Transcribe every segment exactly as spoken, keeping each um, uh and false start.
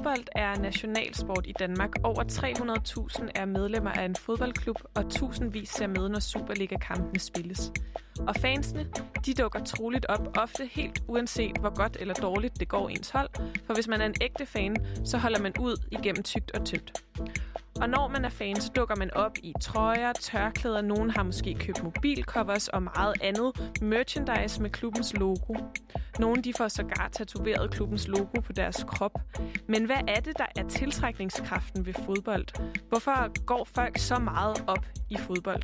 Fodbold er nationalsport i Danmark. Over tre hundrede tusind er medlemmer af en fodboldklub, og tusindvis ser med, når Superliga-kampene spilles. Og fansene, de dukker troligt op, ofte helt uanset hvor godt eller dårligt det går ens hold. For hvis man er en ægte fan, så holder man ud igennem tykt og tyndt. Og når man er fan, så dukker man op i trøjer, tørklæder, nogen har måske købt mobilcovers og meget andet merchandise med klubbens logo. Nogle de får sågar tatoveret klubbens logo på deres krop. Men hvad er det, der er tiltrækningskraften ved fodbold? Hvorfor går folk så meget op i fodbold?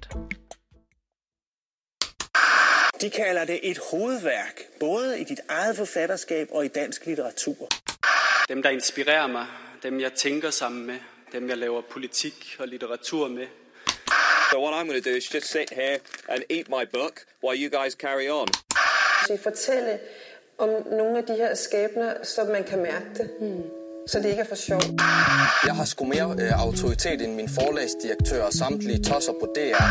De kalder det et hovedværk, både i dit eget forfatterskab og i dansk litteratur. Dem, der inspirerer mig, dem jeg tænker sammen med, dem jeg laver politik og litteratur med. So what I'm going to do is just sit here and eat my book while you guys carry on. Så fortælle om nogle af de her skæbner, så man kan mærke det. Hmm. Så det ikke er for sjov. Jeg har sgu mere øh, autoritet end min forlagsdirektør og samtlige tosser på D R.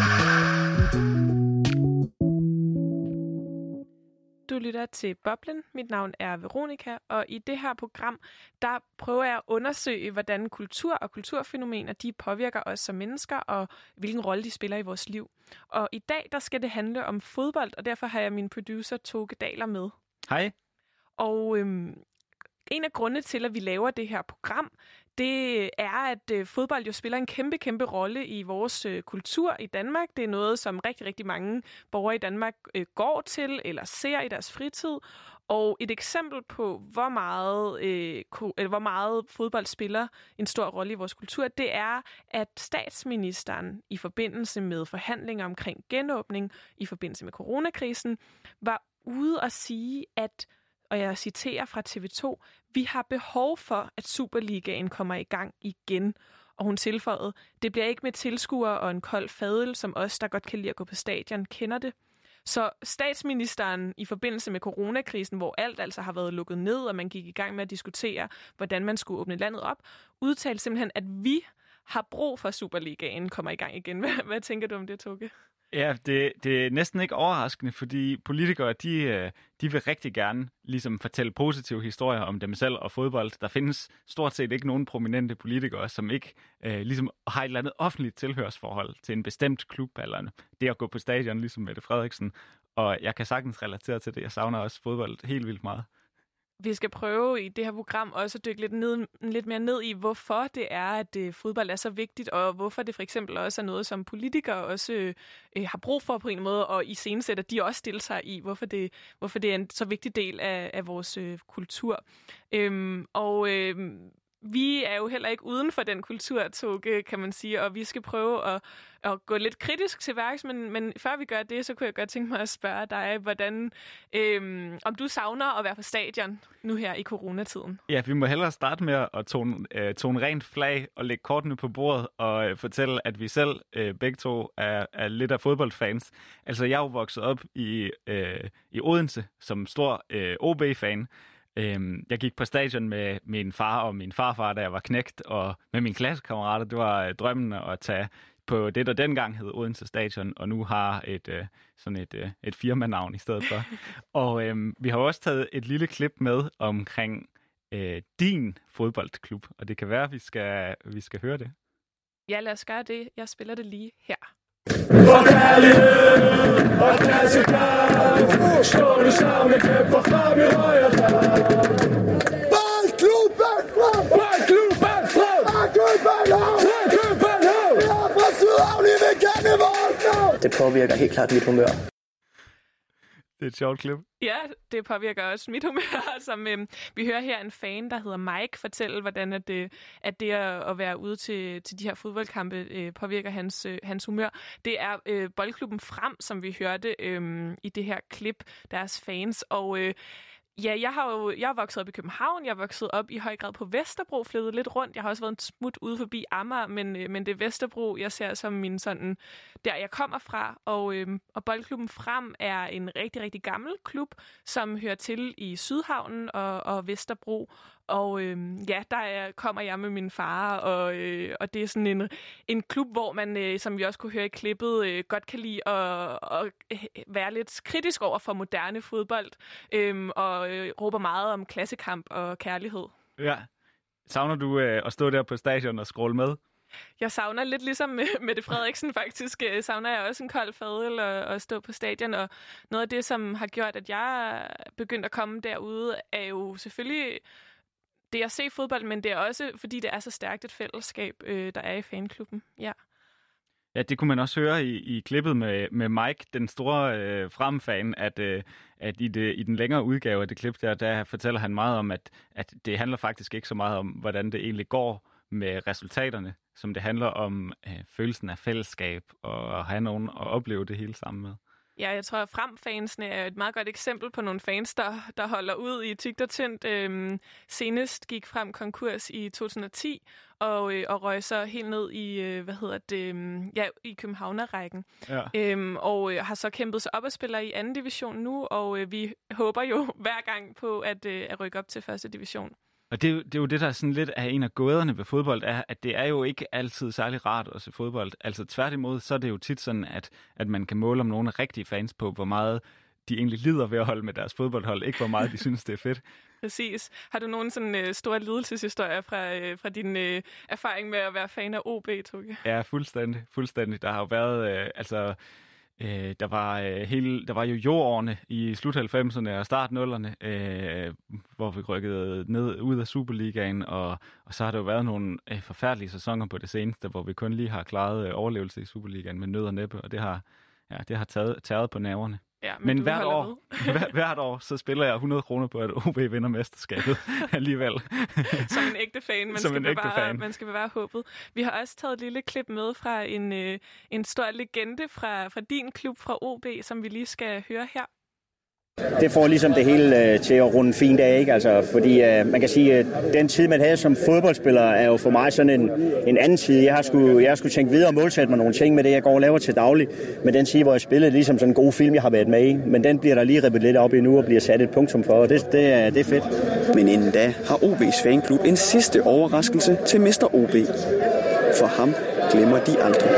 Du lytter til Boblen. Mit navn er Veronica, og i det her program, der prøver jeg at undersøge, hvordan kultur og kulturfænomener, de påvirker os som mennesker, og hvilken rolle de spiller i vores liv. Og i dag, der skal det handle om fodbold, og derfor har jeg min producer Toge Daler med. Hej. Og øhm, en af grundene til, at vi laver det her program, det er, at øh, fodbold jo spiller en kæmpe, kæmpe rolle i vores øh, kultur i Danmark. Det er noget, som rigtig, rigtig mange borgere i Danmark øh, går til eller ser i deres fritid. Og et eksempel på, hvor meget, øh, ko- eller hvor meget fodbold spiller en stor rolle i vores kultur, det er, at statsministeren i forbindelse med forhandlinger omkring genåbning, i forbindelse med coronakrisen, var ude at sige, at, og jeg citerer fra T V to, vi har behov for, at Superligaen kommer i gang igen. Og hun tilføjede, det bliver ikke med tilskuere og en kold fadøl, som os, der godt kan lide at gå på stadion, kender det. Så statsministeren i forbindelse med coronakrisen, hvor alt altså har været lukket ned, og man gik i gang med at diskutere, hvordan man skulle åbne landet op, udtalte simpelthen, at vi har brug for, at Superligaen kommer i gang igen. Hvad, hvad tænker du om det, Toge? Ja, det, det er næsten ikke overraskende, fordi politikere, de, de vil rigtig gerne ligesom fortælle positive historier om dem selv og fodbold. Der findes stort set ikke nogen prominente politikere, som ikke øh, ligesom har et eller andet offentligt tilhørsforhold til en bestemt klub, eller det at gå på stadion, ligesom Mette Frederiksen. Og jeg kan sagtens relatere til det. Jeg savner også fodbold helt vildt meget. Vi skal prøve i det her program også at dykke lidt, ned, lidt mere ned i, hvorfor det er, at øh, fodbold er så vigtigt, og hvorfor det for eksempel også er noget, som politikere også øh, har brug for på en måde, og i scenesætter de også deltager i, hvorfor det, hvorfor det er en så vigtig del af, af vores øh, kultur. Øhm, og øh, vi er jo heller ikke uden for den kultur, Toge, kan man sige, og vi skal prøve at, at gå lidt kritisk til værks, men, men før vi gør det, så kunne jeg godt tænke mig at spørge dig, hvordan, øhm, om du savner at være på stadion nu her i coronatiden? Ja, vi må hellere starte med at tone, øh, tone rent flag og lægge kortene på bordet og øh, fortælle, at vi selv øh, begge to er, er lidt af fodboldfans. Altså, jeg er jo vokset op i, øh, i Odense som stor øh, O B-fan. Jeg gik på stadion med min far og min farfar, da jeg var knægt, og med mine klassekammerater. Det var drømmen at tage på det, der dengang hed Odense Stadion, og nu har et sådan et, et firmanavn i stedet for. Og øhm, vi har også taget et lille klip med omkring øh, din fodboldklub, og det kan være, at vi skal, vi skal høre det. Ja, lad os gøre det. Jeg spiller det lige her. For kærlighed og klassekamp, slå det sammen, kæmper frem i højre kamp. Boldklubben frem! Boldklubben frem! Boldklubben frem! Boldklubben frem! Vi er fra Sydhavn, vi vil gerne vores navn! Det påvirker helt klart mit humør. Det er et sjovt klip. Ja, det påvirker også mit humør. Som, øh, vi hører her en fan, der hedder Mike, fortælle, hvordan at det, at det at være ude til, til de her fodboldkampe øh, påvirker hans, øh, hans humør. Det er øh, Boldklubben Frem, som vi hørte øh, i det her klip, deres fans. Og øh, ja, jeg har jo jeg er vokset op i København, jeg er vokset op i høj grad på Vesterbro, flyttet lidt rundt. Jeg har også været en smut ude forbi Amager, men, øh, men det er Vesterbro, jeg ser som min sådan, der jeg kommer fra. Og, øh, og Boldklubben Frem er en rigtig, rigtig gammel klub, som hører til i Sydhavnen og, og Vesterbro. Og øh, ja, der er, kommer jeg med min far, og, øh, og det er sådan en, en klub, hvor man, øh, som vi også kunne høre i klippet, øh, godt kan lide at, at være lidt kritisk over for moderne fodbold, øh, og øh, råber meget om klassekamp og kærlighed. Ja, Savner du øh, at stå der på stadion og scrolle med? Jeg savner lidt ligesom Mette Frederiksen faktisk, savner jeg også en kold fadøl og, og stå på stadion. Og noget af det, som har gjort, at jeg begyndte at komme derude, er jo selvfølgelig det at se fodbold, men det er også, fordi det er så stærkt et fællesskab, øh, der er i fanklubben. Ja. Ja, det kunne man også høre i, i klippet med, med Mike, den store øh, fremfan, at, øh, at i, det, i den længere udgave af det klip der, der fortæller han meget om, at, at det handler faktisk ikke så meget om, hvordan det egentlig går med resultaterne, som det handler om øh, følelsen af fællesskab og at have nogen at opleve det hele sammen med. Ja, jeg tror, at Frem-fansene er et meget godt eksempel på nogle fans, der, der holder ud i tykt og tyndt. Øhm, senest gik Frem konkurs i to tusind og ti og, øh, og røg så helt ned i, øh, hvad hedder det, øh, ja, i Københavner-rækken. Ja. Øhm, og øh, har så kæmpet sig op og spiller i anden division nu, og øh, vi håber jo hver gang på at, øh, at rykke op til første division. Og det er, jo, det er jo det, der er sådan lidt af en af gåderne ved fodbold, er, at det er jo ikke altid særlig rart at se fodbold. Altså tværtimod, så er det jo tit sådan, at, at man kan måle om nogle af rigtige fans på, hvor meget de egentlig lider ved at holde med deres fodboldhold, ikke hvor meget de synes, det er fedt. Præcis. Har du nogen sådan øh, store lidelseshistorier fra, øh, fra din øh, erfaring med at være fan af O B, Tukke? Ja, fuldstændig. fuldstændig. Der har jo været, øh, altså... Øh, der var øh, hele, der var jo jordårene i slut halvfemserne og start nullerne, øh, hvor vi rykkede ned ud af Superligaen, og, og så har der jo været nogle øh, forfærdelige sæsoner på det seneste, hvor vi kun lige har klaret øh, overlevelse i Superligaen med nød og næppe, og det har, ja, det har taget, taget på nerverne. Ja, men men hvert år, hver, hvert år, så spiller jeg hundrede kroner på, at O B vinder mesterskabet alligevel. Som en ægte fan. Man, Som skal, en ægte bevare, fan. man skal bevare håbet. Vi har også taget et lille klip med fra en, øh, en stor legende fra, fra din klub, fra O B, som vi lige skal høre her. Det får ligesom det hele øh, til at runde fint af, ikke? Altså, fordi øh, man kan sige, at øh, den tid, man havde som fodboldspiller, er jo for mig sådan en, en anden tid. Jeg har sgu, jeg har sgu tænkt videre og målsætte mig nogle ting med det, jeg går og laver til daglig. Men den tid, hvor jeg spillede, ligesom sådan en god film, jeg har været med i. Men den bliver der lige ribbet lidt op i nu og bliver sat et punktum for, og det, det, er, det er fedt. Men inden da har O B's fanklub en sidste overraskelse til mister O B. For ham glemmer de aldrig.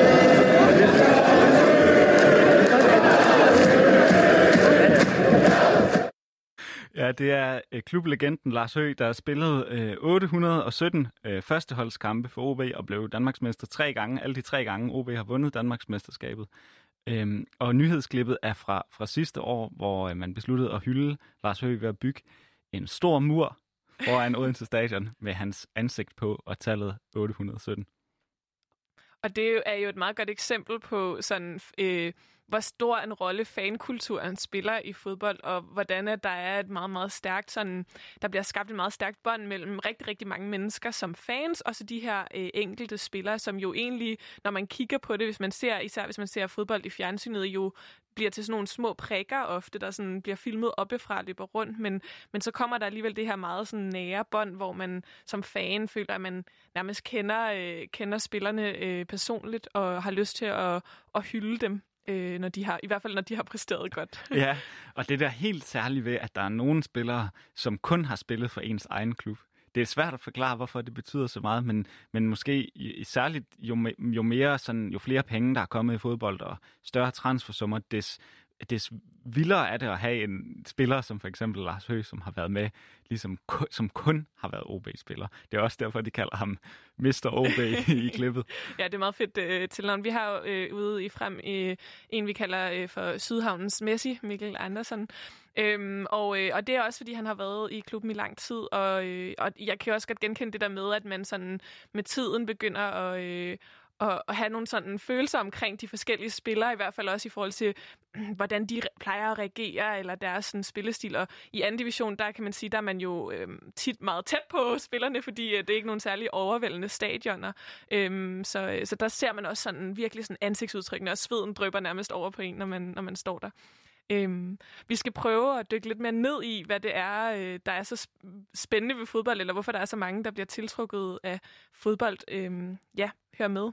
Ja, det er øh, klublegenden Lars Høgh, der har spillet øh, otte hundrede og sytten øh, førsteholdskampe for O B og blev Danmarksmester tre gange. Alle de tre gange O B har vundet Danmarksmesterskabet. Øhm, og nyhedsklippet er fra, fra sidste år, hvor øh, man besluttede at hylde Lars Høgh ved at bygge en stor mur foran Odense Stadion med hans ansigt på og tallet otte hundrede og sytten. Og det er jo et meget godt eksempel på sådan... Øh hvor stor en rolle fankulturen spiller i fodbold, og hvordan at der er et meget, meget stærkt sådan, der bliver skabt et meget stærkt bånd mellem rigtig, rigtig mange mennesker som fans, og så de her øh, enkelte spillere, som jo egentlig, når man kigger på det, hvis man ser, især hvis man ser fodbold i fjernsynet, jo bliver til sådan nogle små prikker ofte, der sådan bliver filmet oppefra og løber rundt, men, men så kommer der alligevel det her meget sådan nære bånd, hvor man som fan føler, at man nærmest kender, øh, kender spillerne øh, personligt, og har lyst til at, at hylde dem. Øh, når de har, i hvert fald når de har præsteret godt. Ja, og det der helt særligt ved, at der er nogle spillere, som kun har spillet for ens egen klub. Det er svært at forklare, hvorfor det betyder så meget, men, men måske i, særligt jo, jo mere sådan, jo flere penge, der er kommet i fodbold, og større transfersummer, des, des vildere er det at have en spiller, som for eksempel Lars Høgh, som har været med, ligesom, som kun har været O B-spiller. Det er også derfor, de kalder ham mister O B i klippet. Ja, det er meget fedt øh, tilnavn. Vi har jo øh, ude i frem øh, en, vi kalder øh, for Sydhavnens Messi, Mikkel Andersen. Øhm, og, øh, og det er også, fordi han har været i klubben i lang tid, og, øh, og jeg kan også godt genkende det der med, at man sådan med tiden begynder at... Øh, og, og have nogle sådan følelser omkring de forskellige spillere, i hvert fald også i forhold til, hvordan de plejer at reagere, eller deres sådan, spillestil. Og i anden division, der kan man sige, der er man jo øhm, tit meget tæt på spillerne, fordi øh, det er ikke nogen særlig overvældende stadioner. Øhm, så, så der ser man også sådan virkelig sådan ansigtsudtrykkene, og sveden drypper nærmest over på en, når man, når man står der. Øhm, vi skal prøve at dykke lidt mere ned i, hvad det er, øh, der er så spændende ved fodbold, eller hvorfor der er så mange, der bliver tiltrukket af fodbold. Øhm, ja, hør med.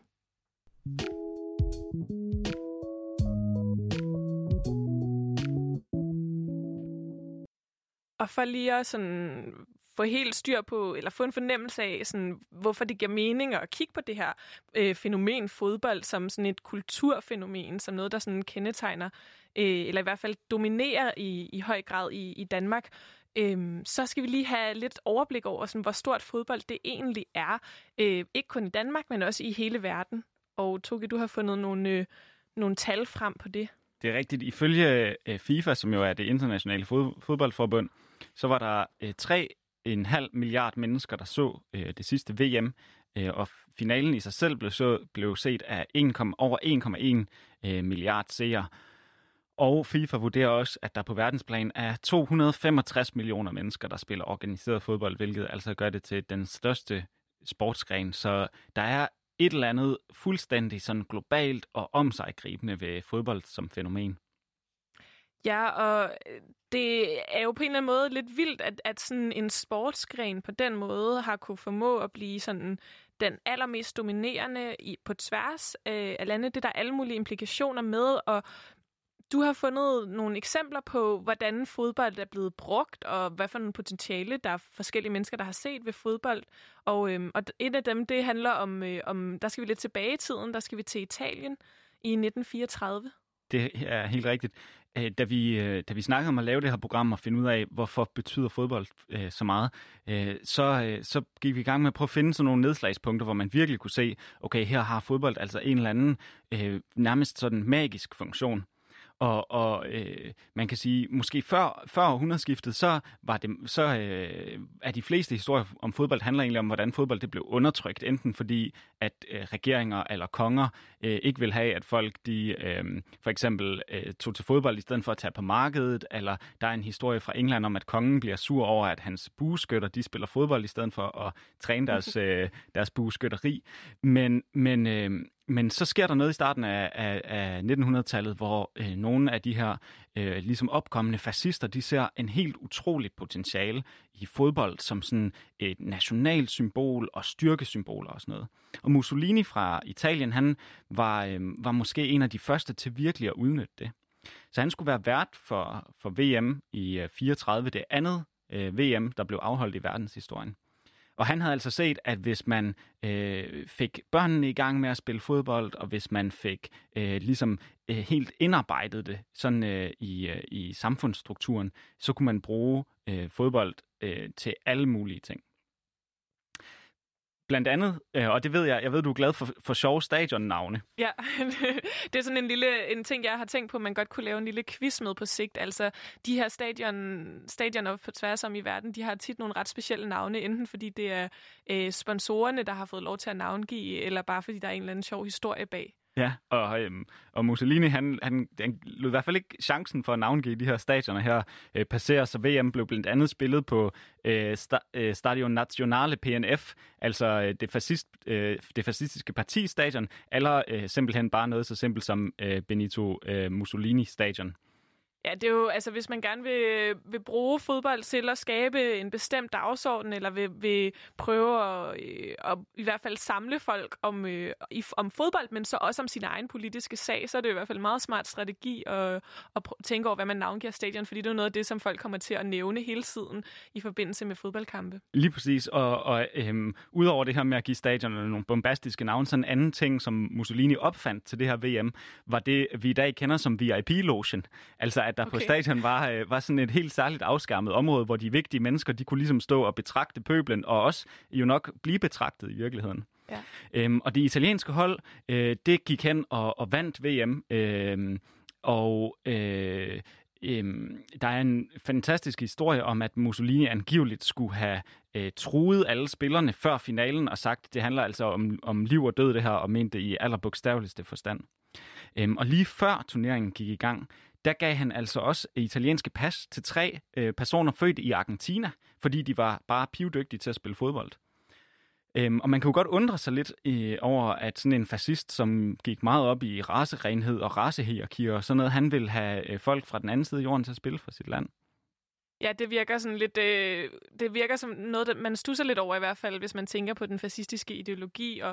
Og for lige at sådan få helt styr på, eller få en fornemmelse af, sådan, hvorfor det giver mening at kigge på det her øh, fænomen fodbold som sådan et kulturfænomen, som noget, der sådan kendetegner, øh, eller i hvert fald dominerer i, i høj grad i, i Danmark. Øhm, så skal vi lige have lidt overblik over, sådan, hvor stort fodbold det egentlig er. Øh, ikke kun i Danmark, men også i hele verden. Og Toge, du har fundet nogle, øh, nogle tal frem på det. Det er rigtigt. Ifølge øh, FIFA, som jo er det internationale fod- fodboldforbund, så var der øh, tre komma fem milliard mennesker, der så øh, det sidste V M. Øh, og finalen i sig selv blev, så, blev set af en, over en komma en øh, milliard seere. Og FIFA vurderer også, at der på verdensplan er to hundrede og femogtres millioner mennesker, der spiller organiseret fodbold, hvilket altså gør det til den største sportsgren. Så der er et eller andet fuldstændig sådan globalt og omsiggribende ved fodbold som fænomen. Ja, og det er jo på en eller anden måde lidt vildt, at, at sådan en sportsgren på den måde har kunne formå at blive sådan den allermest dominerende i, på tværs øh, af landet. Det der er alle mulige implikationer med, og du har fundet nogle eksempler på, hvordan fodbold er blevet brugt, og hvad for nogle potentiale der er forskellige mennesker, der har set ved fodbold. Og, øhm, og et af dem, det handler om, øh, om, der skal vi lidt tilbage i tiden, der skal vi til Italien i nitten fireogtredive. Det er helt rigtigt. Da vi, da vi snakkede om at lave det her program og finde ud af, hvorfor betyder fodbold øh, så meget, øh, så, øh, så gik vi i gang med at prøve at finde sådan nogle nedslagspunkter, hvor man virkelig kunne se, okay, her har fodbold altså en eller anden øh, nærmest sådan magisk funktion. Og, og øh, man kan sige, måske før, før århundredeskiftet, så, var det, så øh, er de fleste historier om fodbold handler egentlig om, hvordan fodbold det blev undertrykt. Enten fordi, at øh, regeringer eller konger øh, ikke vil have, at folk de øh, for eksempel øh, tog til fodbold i stedet for at tage på markedet. Eller der er en historie fra England om, at kongen bliver sur over, at hans bueskytter de spiller fodbold i stedet for at træne deres, øh, deres bueskytteri. Men, men øh, Men så sker der noget i starten af, af, af nitten hundrede-tallet, hvor øh, nogle af de her øh, ligesom opkommende fascister, de ser en helt utrolig potentiale i fodbold som sådan et nationalt symbol og styrkesymboler og sådan noget. Og Mussolini fra Italien, han var, øh, var måske en af de første til virkelig at udnytte det. Så han skulle være vært for, for V M i øh, fireogtredive, det andet øh, V M, der blev afholdt i verdenshistorien. Og han havde altså set, at hvis man øh, fik børnene i gang med at spille fodbold, og hvis man fik øh, ligesom øh, helt indarbejdet det sådan øh, i, øh, i samfundsstrukturen, så kunne man bruge øh, fodbold øh, til alle mulige ting. Blandt andet, øh, og det ved jeg, jeg ved, du er glad for, for sjove stadionnavne. Ja, det er sådan en lille en ting, jeg har tænkt på, man godt kunne lave en lille quiz med på sigt. Altså, de her stadion, stadioner på tværs om i verden, de har tit nogle ret specielle navne, enten fordi det er øh, sponsorerne, der har fået lov til at navngive, eller bare fordi der er en eller anden sjov historie bag. Ja, og, øhm, og Mussolini, han, han, han lød i hvert fald ikke chancen for at navngive de her stadioner her øh, passere, så V M blev blandt andet spillet på øh, sta- øh, Stadio Nazionale P N F, altså øh, det, fascist, øh, det fascistiske partistadion, eller øh, simpelthen bare noget så simpelt som øh, Benito øh, Mussolini stadion. Ja, det er jo, altså hvis man gerne vil, vil bruge fodbold til at skabe en bestemt dagsorden, eller vil, vil prøve at, øh, at i hvert fald samle folk om, øh, om fodbold, men så også om sin egen politiske sag, så er det i hvert fald en meget smart strategi at, at tænke over, hvad man navngiver stadion, fordi det er noget af det, som folk kommer til at nævne hele tiden i forbindelse med fodboldkampe. Lige præcis, og, og øhm, udover det her med at give stadionerne nogle bombastiske navne, så en anden ting, som Mussolini opfandt til det her V M, var det, vi i dag kender som V I P-logen. Altså at der okay. på stadion var, øh, var sådan et helt særligt afskærmet område, hvor de vigtige mennesker, de kunne ligesom stå og betragte pøblen, og også jo nok blive betragtet i virkeligheden. Ja. Øhm, og det italienske hold, øh, det gik hen og, og vandt V M, øh, og øh, øh, der er en fantastisk historie om, at Mussolini angiveligt skulle have øh, truet alle spillerne før finalen, og sagt, at det handler altså om, om liv og død det her, og mente det i allerbogstaveligste forstand. Øhm, og lige før turneringen gik i gang, der gav han altså også italienske pas til tre øh, personer født i Argentina, fordi de var bare pivdygtige til at spille fodbold. Øhm, og man kan jo godt undre sig lidt øh, over, at sådan en fascist, som gik meget op i racerenhed og racehierarkier og sådan noget, han ville have øh, folk fra den anden side af jorden til at spille for sit land. Ja, det virker sådan lidt, øh, det virker som noget, man stusser lidt over i hvert fald, hvis man tænker på den fascistiske ideologi, og,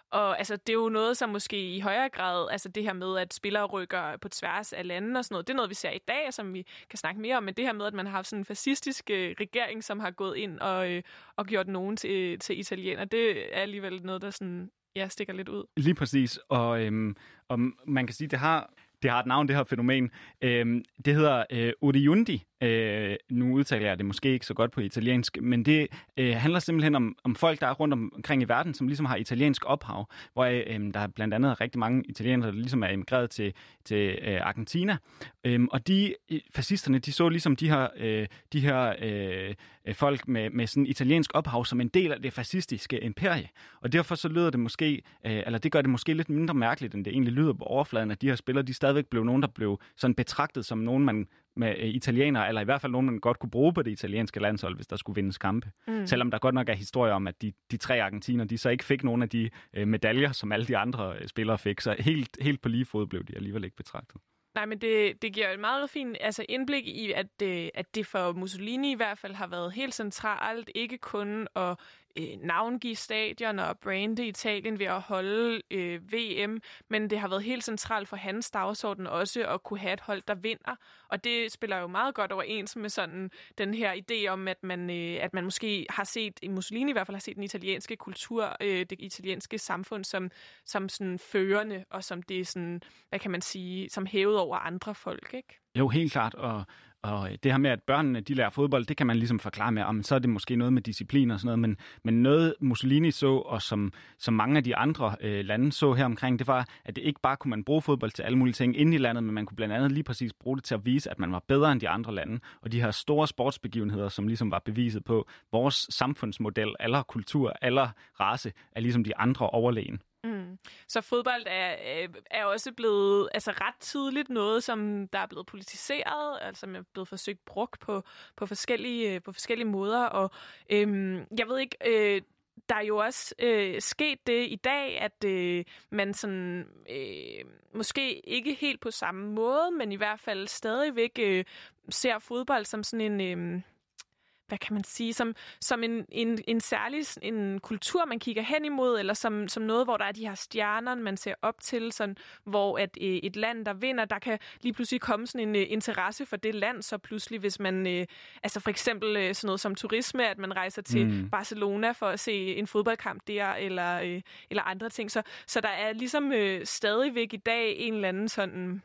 Og altså, det er jo noget, som måske i højere grad, altså det her med, at spillere rykker på tværs af lande og sådan noget, det er noget, vi ser i dag, som vi kan snakke mere om, men det her med, at man har haft sådan en fascistisk øh, regering, som har gået ind og, øh, og gjort nogen til, til italiener, det er alligevel noget, der sådan, ja, stikker lidt ud. Lige præcis, og, øhm, og man kan sige, det har... Det har et navn, det her fænomen. Øhm, det hedder øh, Oriundi. Øh, nu udtaler jeg det måske ikke så godt på italiensk, men det øh, handler simpelthen om, om folk, der er rundt omkring i verden, som ligesom har italiensk ophav, hvor øh, der er blandt andet rigtig mange italienere, der ligesom er emigreret til, til øh, Argentina. Øhm, og de fascisterne, de så ligesom de her, øh, de her øh, folk med, med sådan italiensk ophav som en del af det fascistiske imperie. Og derfor så lyder det måske, øh, eller det gør det måske lidt mindre mærkeligt, end det egentlig lyder på overfladen, at de her spillere, de stadigvæk blev nogen, der blev sådan betragtet som nogen, man med italienere, eller i hvert fald nogen, man godt kunne bruge på det italienske landshold, hvis der skulle vindes kampe. Mm. Selvom der godt nok er historier om, at de, de tre argentiner, de så ikke fik nogen af de øh, medaljer, som alle de andre øh, spillere fik, så helt, helt på lige fod blev de alligevel ikke betragtet. Nej, men det, det giver et meget fint altså indblik i, at det, at det for Mussolini i hvert fald har været helt centralt, ikke kun at øh, navngive stadion og brande Italien ved at holde øh, V M, men det har været helt centralt for hans dagsorden også at kunne have et hold, der vinder. Og det spiller jo meget godt overens med sådan den her idé om, at man, øh, at man måske har set, i Mussolini i hvert fald har set den italienske kultur, øh, det italienske samfund som, som sådan førende, og som det er sådan, hvad kan man sige, som hævet over andre folk, ikke? Jo, helt klart, og Og det her med, at børnene de lærer fodbold, det kan man ligesom forklare med, om så er det måske noget med disciplin og sådan noget, men, men noget Mussolini så, og som, som mange af de andre øh, lande så her omkring, det var, at det ikke bare kunne man bruge fodbold til alle mulige ting inde i landet, men man kunne blandt andet lige præcis bruge det til at vise, at man var bedre end de andre lande. Og de her store sportsbegivenheder, som ligesom var beviset på, vores samfundsmodel, eller kultur, eller race, er ligesom de andre overlegen. Mm. Så fodbold er, er også blevet altså ret tidligt noget, som der er blevet politiseret, altså som er blevet forsøgt brugt på, på, forskellige, på forskellige måder. Og øhm, jeg ved ikke, øh, der er jo også øh, sket det i dag, at øh, man sådan øh, måske ikke helt på samme måde, men i hvert fald stadigvæk øh, ser fodbold som sådan en... Øh, hvad kan man sige, som, som en, en, en særlig en kultur, man kigger hen imod, eller som, som noget, hvor der er de her stjerner, man ser op til, sådan, hvor at, øh, et land, der vinder, der kan lige pludselig komme sådan en øh, interesse for det land, så pludselig, hvis man, øh, altså for eksempel øh, sådan noget som turisme, at man rejser til mm. Barcelona for at se en fodboldkamp der, eller, øh, eller andre ting. Så, så der er ligesom øh, stadigvæk i dag en eller anden sådan...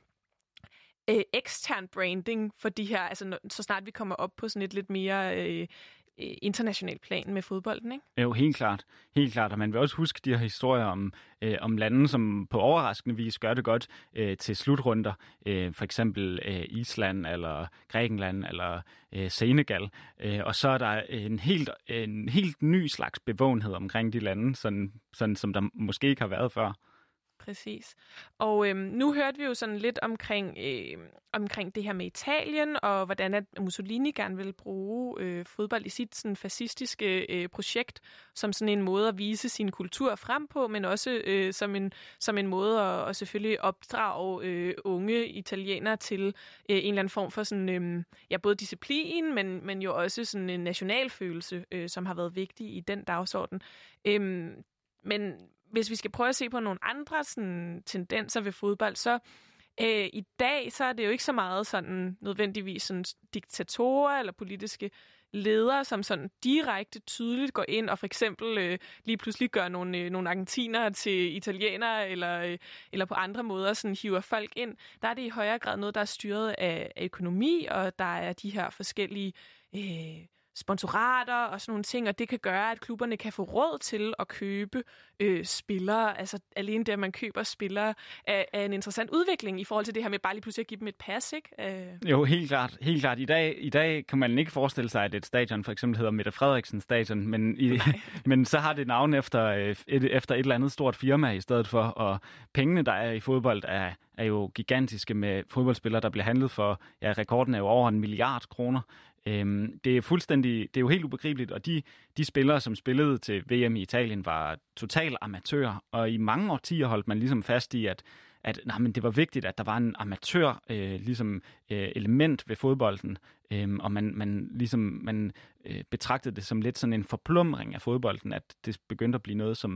Øh, ekstern branding for de her, altså så snart vi kommer op på sådan et lidt mere øh, internationalt plan med fodbolden, ikke? Jo, helt klart. Helt klart, og man vil også huske de her historier om, øh, om lande, som på overraskende vis gør det godt øh, til slutrunder. Øh, for eksempel øh, Island, eller Grækenland, eller øh, Senegal. Øh, og så er der en helt, en helt ny slags bevågenhed omkring de lande, sådan, sådan som der måske ikke har været før. Præcis. Og øhm, nu hørte vi jo sådan lidt omkring, øh, omkring det her med Italien, og hvordan at Mussolini gerne ville bruge øh, fodbold i sit sådan, fascistiske øh, projekt, som sådan en måde at vise sin kultur frem på, men også øh, som, en, som en måde at, at selvfølgelig opdrage øh, unge italienere til øh, en eller anden form for sådan, øh, ja, både disciplin, men, men jo også sådan en nationalfølelse, øh, som har været vigtig i den dagsorden. Øh, men hvis vi skal prøve at se på nogle andre sådan, tendenser ved fodbold, så øh, i dag så er det jo ikke så meget sådan nødvendigvis sådan, diktatorer eller politiske ledere, som sådan direkte tydeligt går ind og for eksempel øh, lige pludselig gør nogle, øh, nogle argentinere til italienere eller, øh, eller på andre måder sådan hiver folk ind. Der er det i højere grad noget, der er styret af, af økonomi, og der er de her forskellige... Øh, sponsorater og sådan nogle ting, og det kan gøre, at klubberne kan få råd til at købe øh, spillere. Altså alene det, at man køber spillere, er, er en interessant udvikling i forhold til det her med bare lige pludselig at give dem et pas, ikke? Øh. Jo, helt klart. Helt klart. I dag, I dag kan man ikke forestille sig, at et stadion for eksempel hedder Mette Frederiksen Stadion, men, i, men så har det navn efter et, efter et eller andet stort firma i stedet for, og pengene, der er i fodbold, er, er jo gigantiske med fodboldspillere, der bliver handlet for, ja, rekorden er jo over en milliard kroner. Øhm, det er fuldstændig, det er jo helt ubegribeligt, og de, de spillere, som spillede til V M i Italien, var total amatører, og i mange årtier holdt man ligesom fast i, at, at nej, men det var vigtigt, at der var en amatør øh, ligesom, øh, element ved fodbolden, øhm, og man, man, ligesom, man øh, betragtede det som lidt sådan en forplumring af fodbolden, at det begyndte at blive noget, som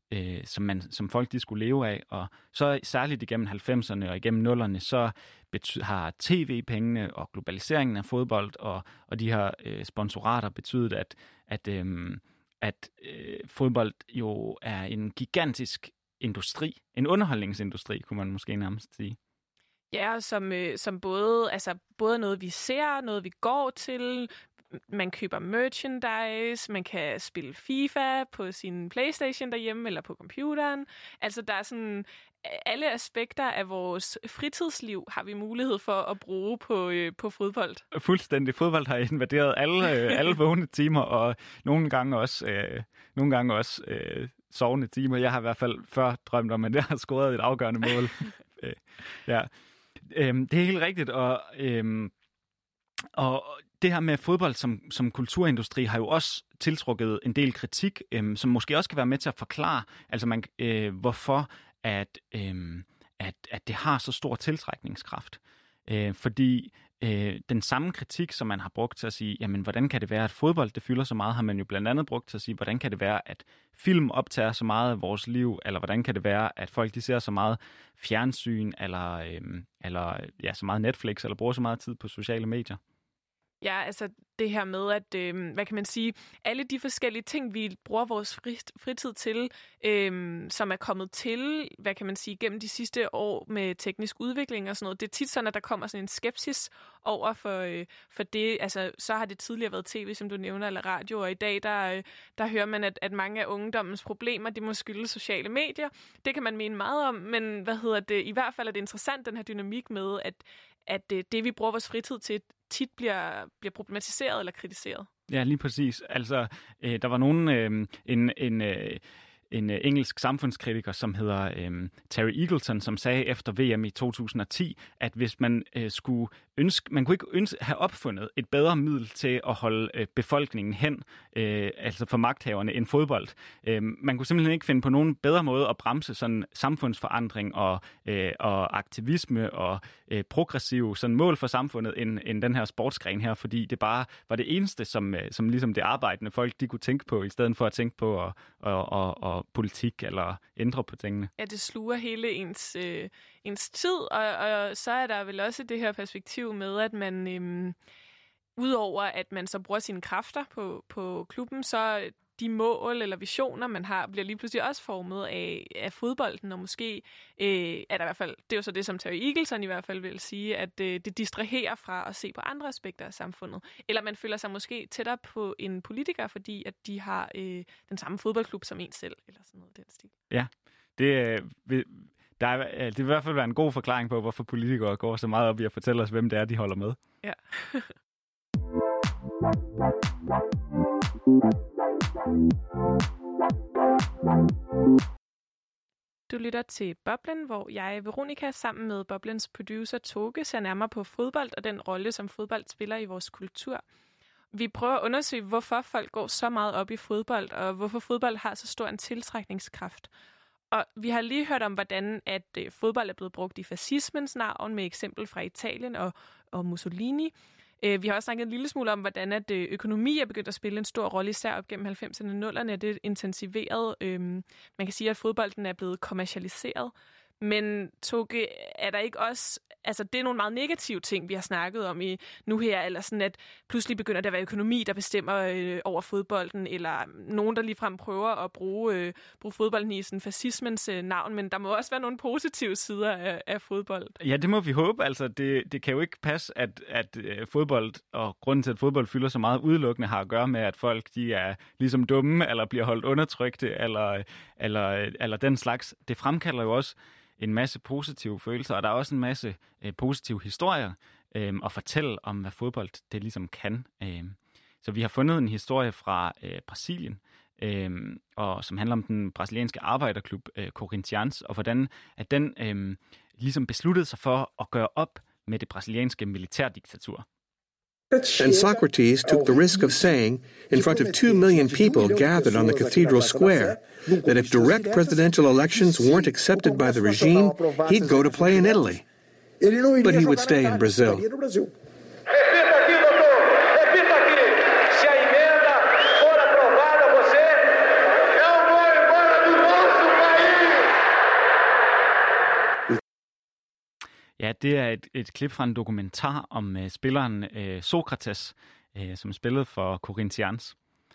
øh, som, man, som folk de skulle leve af. Og så særligt igennem halvfemserne og igennem nullerne, så bety- har tv-pengene og globaliseringen af fodbold og, og de her øh, sponsorater betydet, at, at, øh, at øh, fodbold jo er en gigantisk industri, en underholdningsindustri, kunne man måske nærmest sige. Ja, som, øh, som både, altså, både noget, vi ser, noget, vi går til. Man køber merchandise, man kan spille FIFA på sin PlayStation derhjemme eller på computeren. Altså, der er sådan alle aspekter af vores fritidsliv har vi mulighed for at bruge på, øh, på fodbold. Fuldstændig. Fodbold har invaderet alle, øh, alle vågne timer, og nogle gange også, øh, nogle gange også øh, sovende timer. Jeg har i hvert fald før drømt om, at jeg har scoret et afgørende mål. øh, ja. øhm, det er helt rigtigt, og, øhm, og det her med fodbold som, som kulturindustri har jo også tiltrukket en del kritik, øhm, som måske også kan være med til at forklare, altså man, øh, hvorfor at, øhm, at, at det har så stor tiltrækningskraft. Øh, fordi øh, den samme kritik, som man har brugt til at sige, jamen hvordan kan det være, at fodbold det fylder så meget, har man jo blandt andet brugt til at sige, hvordan kan det være, at film optager så meget af vores liv, eller hvordan kan det være, at folk de ser så meget fjernsyn, eller, øh, eller ja, så meget Netflix, eller bruger så meget tid på sociale medier. Ja, altså det her med, at, øh, hvad kan man sige, alle de forskellige ting, vi bruger vores fritid til, øh, som er kommet til, hvad kan man sige, gennem de sidste år med teknisk udvikling og sådan noget, det er tit sådan, at der kommer sådan en skepsis over for, øh, for det. Altså, så har det tidligere været tv, som du nævner, eller radio, og i dag, der, øh, der hører man, at, at mange af ungdommens problemer, de må skylde sociale medier. Det kan man mene meget om, men hvad hedder det, i hvert fald er det interessant, den her dynamik med, at, at det, det, vi bruger vores fritid til, tit bliver, bliver problematiseret eller kritiseret. Ja, lige præcis. Altså, øh, der var nogen, øh, en, en, øh, en øh, engelsk samfundskritiker, som hedder øh, Terry Eagleton, som sagde efter V M i to tusind og ti, at hvis man øh, skulle ønske, man kunne ikke ønske, have opfundet et bedre middel til at holde øh, befolkningen hen, øh, altså for magthaverne, end fodbold. Øh, man kunne simpelthen ikke finde på nogen bedre måde at bremse sådan samfundsforandring og, øh, og aktivisme og øh, progressive sådan mål for samfundet, end, end den her sportsgren her, fordi det bare var det eneste, som, øh, som ligesom det arbejdende folk, de kunne tænke på, i stedet for at tænke på og, og, og, og politik eller ændre på tingene. Ja, det sluger hele ens, øh, ens tid, og, og så er der vel også det her perspektiv med, at man, øhm, udover at man så bruger sine kræfter på, på klubben, så de mål eller visioner, man har, bliver lige pludselig også formet af, af fodbolden, og måske øh, er der i hvert fald, det er jo så det, som Terry Eagleton i hvert fald vil sige, at øh, det distraherer fra at se på andre aspekter af samfundet. Eller man føler sig måske tættere på en politiker, fordi at de har øh, den samme fodboldklub som en selv, eller sådan noget den stil. Ja, det øh, der er, det vil i hvert fald være en god forklaring på, hvorfor politikere går så meget op i at fortælle os, hvem det er, de holder med. Ja. Du lytter til Boblen, hvor jeg, Veronica, sammen med Boblens producer Toge, ser nærmere på fodbold og den rolle, som fodbold spiller i vores kultur. Vi prøver at undersøge, hvorfor folk går så meget op i fodbold, og hvorfor fodbold har så stor en tiltrækningskraft. Og vi har lige hørt om, hvordan at øh, fodbold er blevet brugt i fascismens navn, med eksempel fra Italien og, og Mussolini. Øh, vi har også snakket en lille smule om, hvordan at, øh, økonomi er begyndt at spille en stor rolle, især op gennem halvfemserne og nullerne. Det er intensiveret. Øh, man kan sige, at fodbolden er blevet kommercialiseret. Men Toge, er der ikke også... Altså, det er nogle meget negative ting, vi har snakket om i nu her, eller sådan, at pludselig begynder der at være økonomi, der bestemmer øh, over fodbolden, eller nogen, der ligefrem prøver at bruge, øh, bruge fodbolden i sådan fascismens øh, navn, men der må også være nogle positive sider af, af fodbold. Ja, det må vi håbe. Altså, det, det kan jo ikke passe, at, at øh, fodbold, og grunden til, at fodbold fylder så meget udelukkende, har at gøre med, at folk de er ligesom dumme, eller bliver holdt undertrykte, eller, eller, eller den slags. Det fremkalder jo også en masse positive følelser, og der er også en masse øh, positive historier øh, at fortælle om, hvad fodbold det ligesom kan. Øh. Så vi har fundet en historie fra øh, Brasilien, øh, og som handler om den brasilianske arbejderklub øh, Corinthians, og hvordan at den øh, ligesom besluttede sig for at gøre op med det brasilianske militærdiktatur. And Socrates took the risk of saying, in front of two million people gathered on the cathedral square, that if direct presidential elections weren't accepted by the regime, he'd go to play in Italy. But he would stay in Brazil. Se a emenda for aprovada, você é um bom embora do nosso Ja, det er et, et klip fra en dokumentar om øh, spilleren øh, Sokrates, øh, som spillede for Corinthians.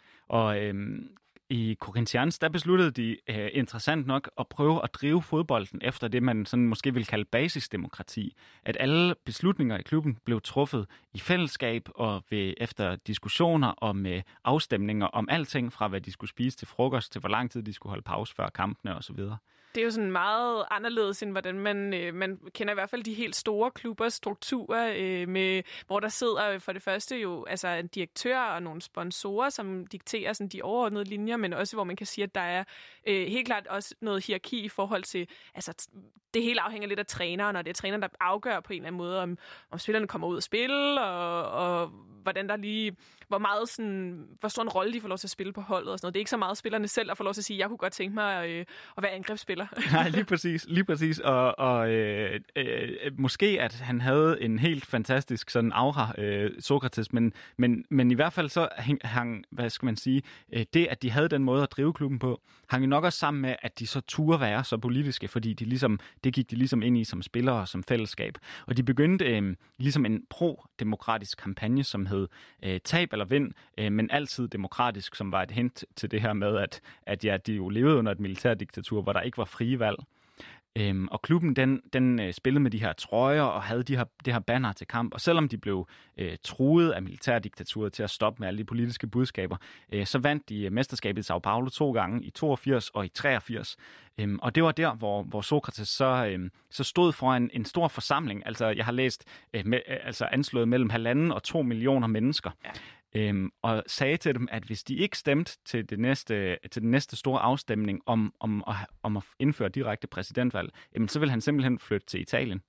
Og øh, i Corinthians, der besluttede de øh, interessant nok at prøve at drive fodbolden efter det, man sådan måske vil kalde basisdemokrati. At alle beslutninger i klubben blev truffet i fællesskab og ved, efter diskussioner og med afstemninger om alting, fra hvad de skulle spise til frokost, til hvor lang tid de skulle holde pause før kampene osv. Det er jo sådan meget anderledes, end hvordan man, øh, man kender i hvert fald de helt store klubbers strukturer, øh, med, hvor der sidder for det første jo altså en direktør og nogle sponsorer, som dikterer sådan de overordnede linjer, men også hvor man kan sige, at der er øh, helt klart også noget hierarki i forhold til, altså det hele afhænger lidt af træneren, og det er træneren, der afgør på en eller anden måde, om, om spillerne kommer ud og spille, og, og hvordan der lige, hvor meget sådan, hvor stor en rolle de får lov til at spille på holdet og sådan noget. Det er ikke så meget spillerne selv, der får lov til at sige, jeg kunne godt tænke mig øh, at være angrebsspiller. Nej, lige præcis, lige præcis. Og, og øh, øh, måske, at han havde en helt fantastisk sådan aura, øh, Sokrates, men, men, men i hvert fald så hang, hvad skal man sige, øh, det, at de havde den måde at drive klubben på, hang jo nok også sammen med, at de så turde være så politiske, fordi de ligesom, det gik de ligesom ind i som spillere og som fællesskab. Og de begyndte øh, ligesom en pro-demokratisk kampagne, som hed øh, tab eller vind, øh, men altid demokratisk, som var et hint til det her med, at, at ja, de jo levede under et militærdiktatur, hvor der ikke var frie valg. Øhm, og klubben, den, den øh, spillede med de her trøjer og havde de her, det her banner til kamp. Og selvom de blev øh, truet af militærdiktaturet til at stoppe med alle de politiske budskaber, øh, så vandt de øh, mesterskabet i São Paulo to gange, i toogfirs og i treogfirs. Øhm, og det var der, hvor, hvor Sokrates så, øh, så stod foran en stor forsamling. Altså, jeg har læst øh, med, øh, altså anslået mellem halvanden og to millioner mennesker. Ja. Øhm, og sagde til dem, at hvis de ikke stemte til, det næste, til den næste store afstemning om, om, om at indføre direkte præsidentvalg, jamen, så vil han simpelthen flytte til Italien.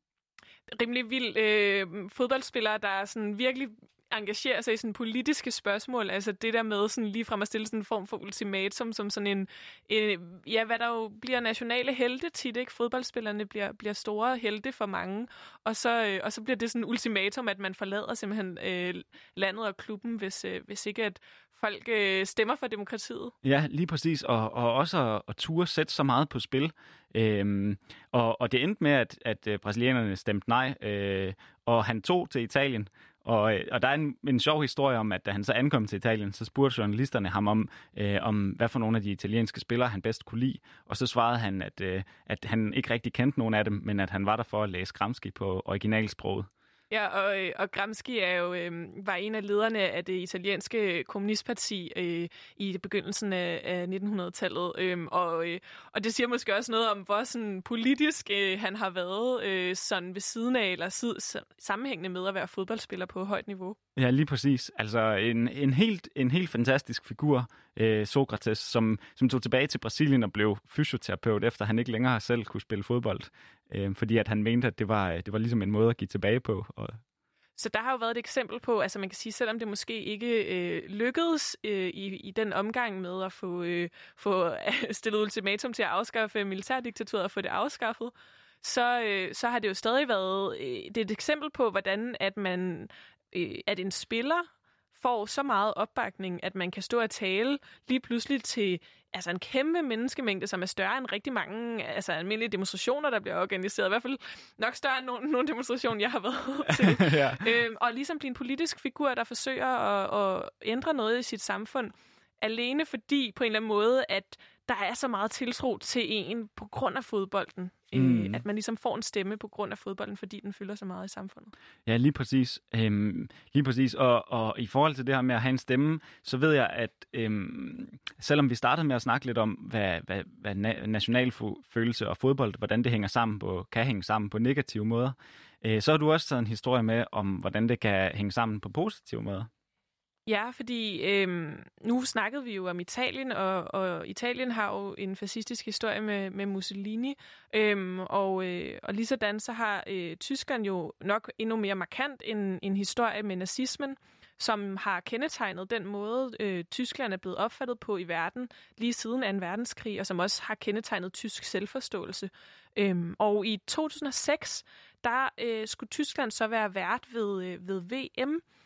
Rimelig vild øh, fodboldspillere, der er sådan virkelig engagerer sig i sådan politiske spørgsmål, altså det der med sådan lige frem at stille sådan en form for ultimatum, som sådan en, en ja, hvad der jo bliver nationale helte tit, ikke? Fodboldspillerne bliver, bliver store helte for mange, og så, øh, og så bliver det sådan en ultimatum, at man forlader simpelthen øh, landet og klubben, hvis, øh, hvis ikke at folk øh, stemmer for demokratiet. Ja, lige præcis, og, og også at, at ture sætte så meget på spil. Øhm, og, og det endte med, at, at brasilianerne stemte nej, øh, og han tog til Italien. Og, og der er en, en sjov historie om, at da han så ankom til Italien, så spurgte journalisterne ham om, øh, om hvad for nogle af de italienske spillere han bedst kunne lide. Og så svarede han, at, øh, at han ikke rigtig kendte nogen af dem, men at han var der for at læse Gramsci på originalsproget. Ja, og, og Gramsci er jo, øh, var en af lederne af det italienske kommunistparti øh, i begyndelsen af, af nittenhundredetallet. Øh, og, øh, og det siger måske også noget om, hvor sådan, politisk øh, han har været øh, sådan ved siden af, eller sid, sammenhængende med at være fodboldspiller på højt niveau. Ja, lige præcis. Altså en, en, helt, en helt fantastisk figur, øh, Sokrates, som, som tog tilbage til Brasilien og blev fysioterapeut, efter han ikke længere selv kunne spille fodbold. Øh, fordi at han mente, at det var, det var ligesom en måde at give tilbage på. Og så der har jo været et eksempel på, altså man kan sige, selvom det måske ikke øh, lykkedes øh, i, i den omgang med at få, øh, få stillet ultimatum til at afskaffe militærdiktaturet og få det afskaffet, så, øh, så har det jo stadig været øh, det er et eksempel på, hvordan at man øh, at en spiller får så meget opbakning, at man kan stå og tale lige pludselig til altså en kæmpe menneskemængde, som er større end rigtig mange altså almindelige demonstrationer, der bliver organiseret. I hvert fald nok større end nogle, nogle demonstrationer, jeg har været til. ja. øhm, og ligesom blive en politisk figur, der forsøger at, at ændre noget i sit samfund, alene fordi på en eller anden måde, at der er så meget tiltro til en på grund af fodbolden. Mm. Øh, at man ligesom får en stemme på grund af fodbolden, fordi den fylder så meget i samfundet. Ja, lige præcis. Øhm, lige præcis. Og, og i forhold til det her med at have en stemme, så ved jeg, at øhm, selvom vi startede med at snakke lidt om, hvad, hvad, hvad nationalfølelse og fodbold, hvordan det hænger sammen på, kan hænge sammen på negative måder, øh, så har du også taget en historie med om, hvordan det kan hænge sammen på positive måder. Ja, fordi øhm, nu snakkede vi jo om Italien, og, og Italien har jo en fascistisk historie med, med Mussolini, øhm, og, øh, og lige sådan så har øh, Tyskland jo nok endnu mere markant en, en historie med nazismen, som har kendetegnet den måde, øh, Tyskland er blevet opfattet på i verden lige siden anden verdenskrig, og som også har kendetegnet tysk selvforståelse. Øhm, og i to tusind og seks, der øh, skulle Tyskland så være vært ved, øh, ved V M,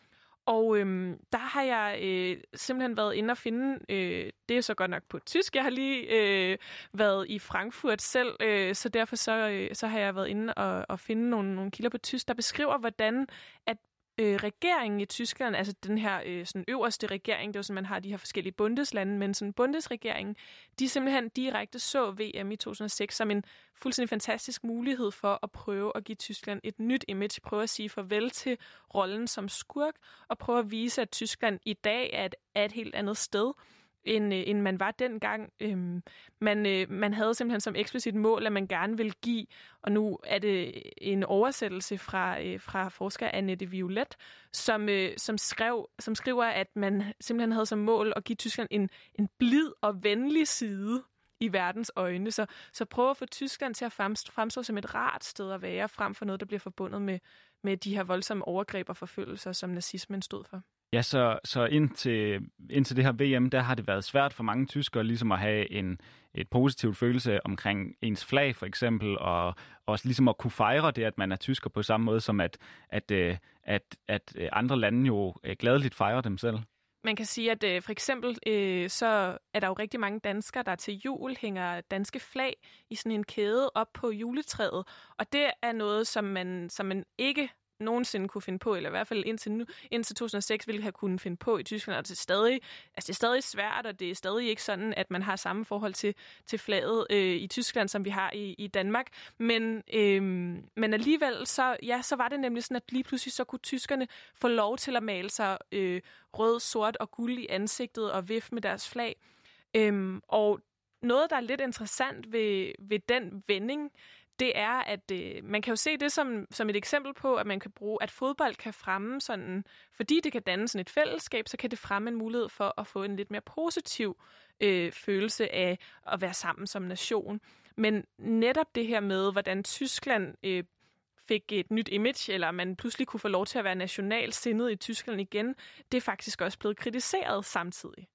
Og øhm, der har jeg øh, simpelthen været inde og finde, øh, det er så godt nok på tysk, jeg har lige øh, været i Frankfurt selv, øh, så derfor så, øh, så har jeg været inde og, og finde nogle, nogle kilder på tysk, der beskriver, hvordan at øh, regeringen i Tyskland, altså den her øh, sådan øverste regering, det er jo sådan, man har de her forskellige bundeslande, men sådan bundesregeringen, de simpelthen direkte så V M i to tusind og seks som en fuldstændig fantastisk mulighed for at prøve at give Tyskland et nyt image, prøve at sige farvel til rollen som skurk, og prøve at vise, at Tyskland i dag er et, er et helt andet sted, end, øh, end man var dengang. Øhm, man, øh, man havde simpelthen som eksplicit mål, at man gerne vil give, og nu er det en oversættelse fra, øh, fra forsker Annette Violet, som, øh, som, skrev, som skriver, at man simpelthen havde som mål at give Tyskland en, en blid og venlig side i verdens øjne. Så, så prøve at få Tyskland til at fremstå som et rart sted at være, frem for noget, der bliver forbundet med, med de her voldsomme overgreb og forfølgelser, som nazismen stod for. Ja, så, så indtil, indtil det her V M, der har det været svært for mange tyskere ligesom at have en et positivt følelse omkring ens flag, for eksempel, og også ligesom at kunne fejre det, at man er tysker på samme måde, som at, at, at, at, at andre lande jo gladeligt fejrer dem selv. Man kan sige, at øh, for eksempel øh, så er der jo rigtig mange danskere, der til jul hænger danske flag i sådan en kæde op på juletræet, og det er noget, som man, som man ikke nogensinde kunne finde på, eller i hvert fald indtil, nu, indtil to tusind og seks ville have kunnet finde på i Tyskland, og det er stadig, altså det er stadig svært, og det er stadig ikke sådan, at man har samme forhold til, til flaget øh, i Tyskland, som vi har i, i Danmark, men, øh, men alligevel, så, ja, så var det nemlig sådan, at lige pludselig så kunne tyskerne få lov til at male sig øh, rød, sort og guld i ansigtet og vifte med deres flag. Øh, og noget, der er lidt interessant ved, ved den vending, det er, at øh, man kan jo se det som, som et eksempel på, at man kan bruge, at fodbold kan fremme sådan, fordi det kan danne sådan et fællesskab, så kan det fremme en mulighed for at få en lidt mere positiv øh, følelse af at være sammen som nation. Men netop det her med, hvordan Tyskland øh, fik et nyt image, eller man pludselig kunne få lov til at være nationalsindet i Tyskland igen, det er faktisk også blevet kritiseret samtidig.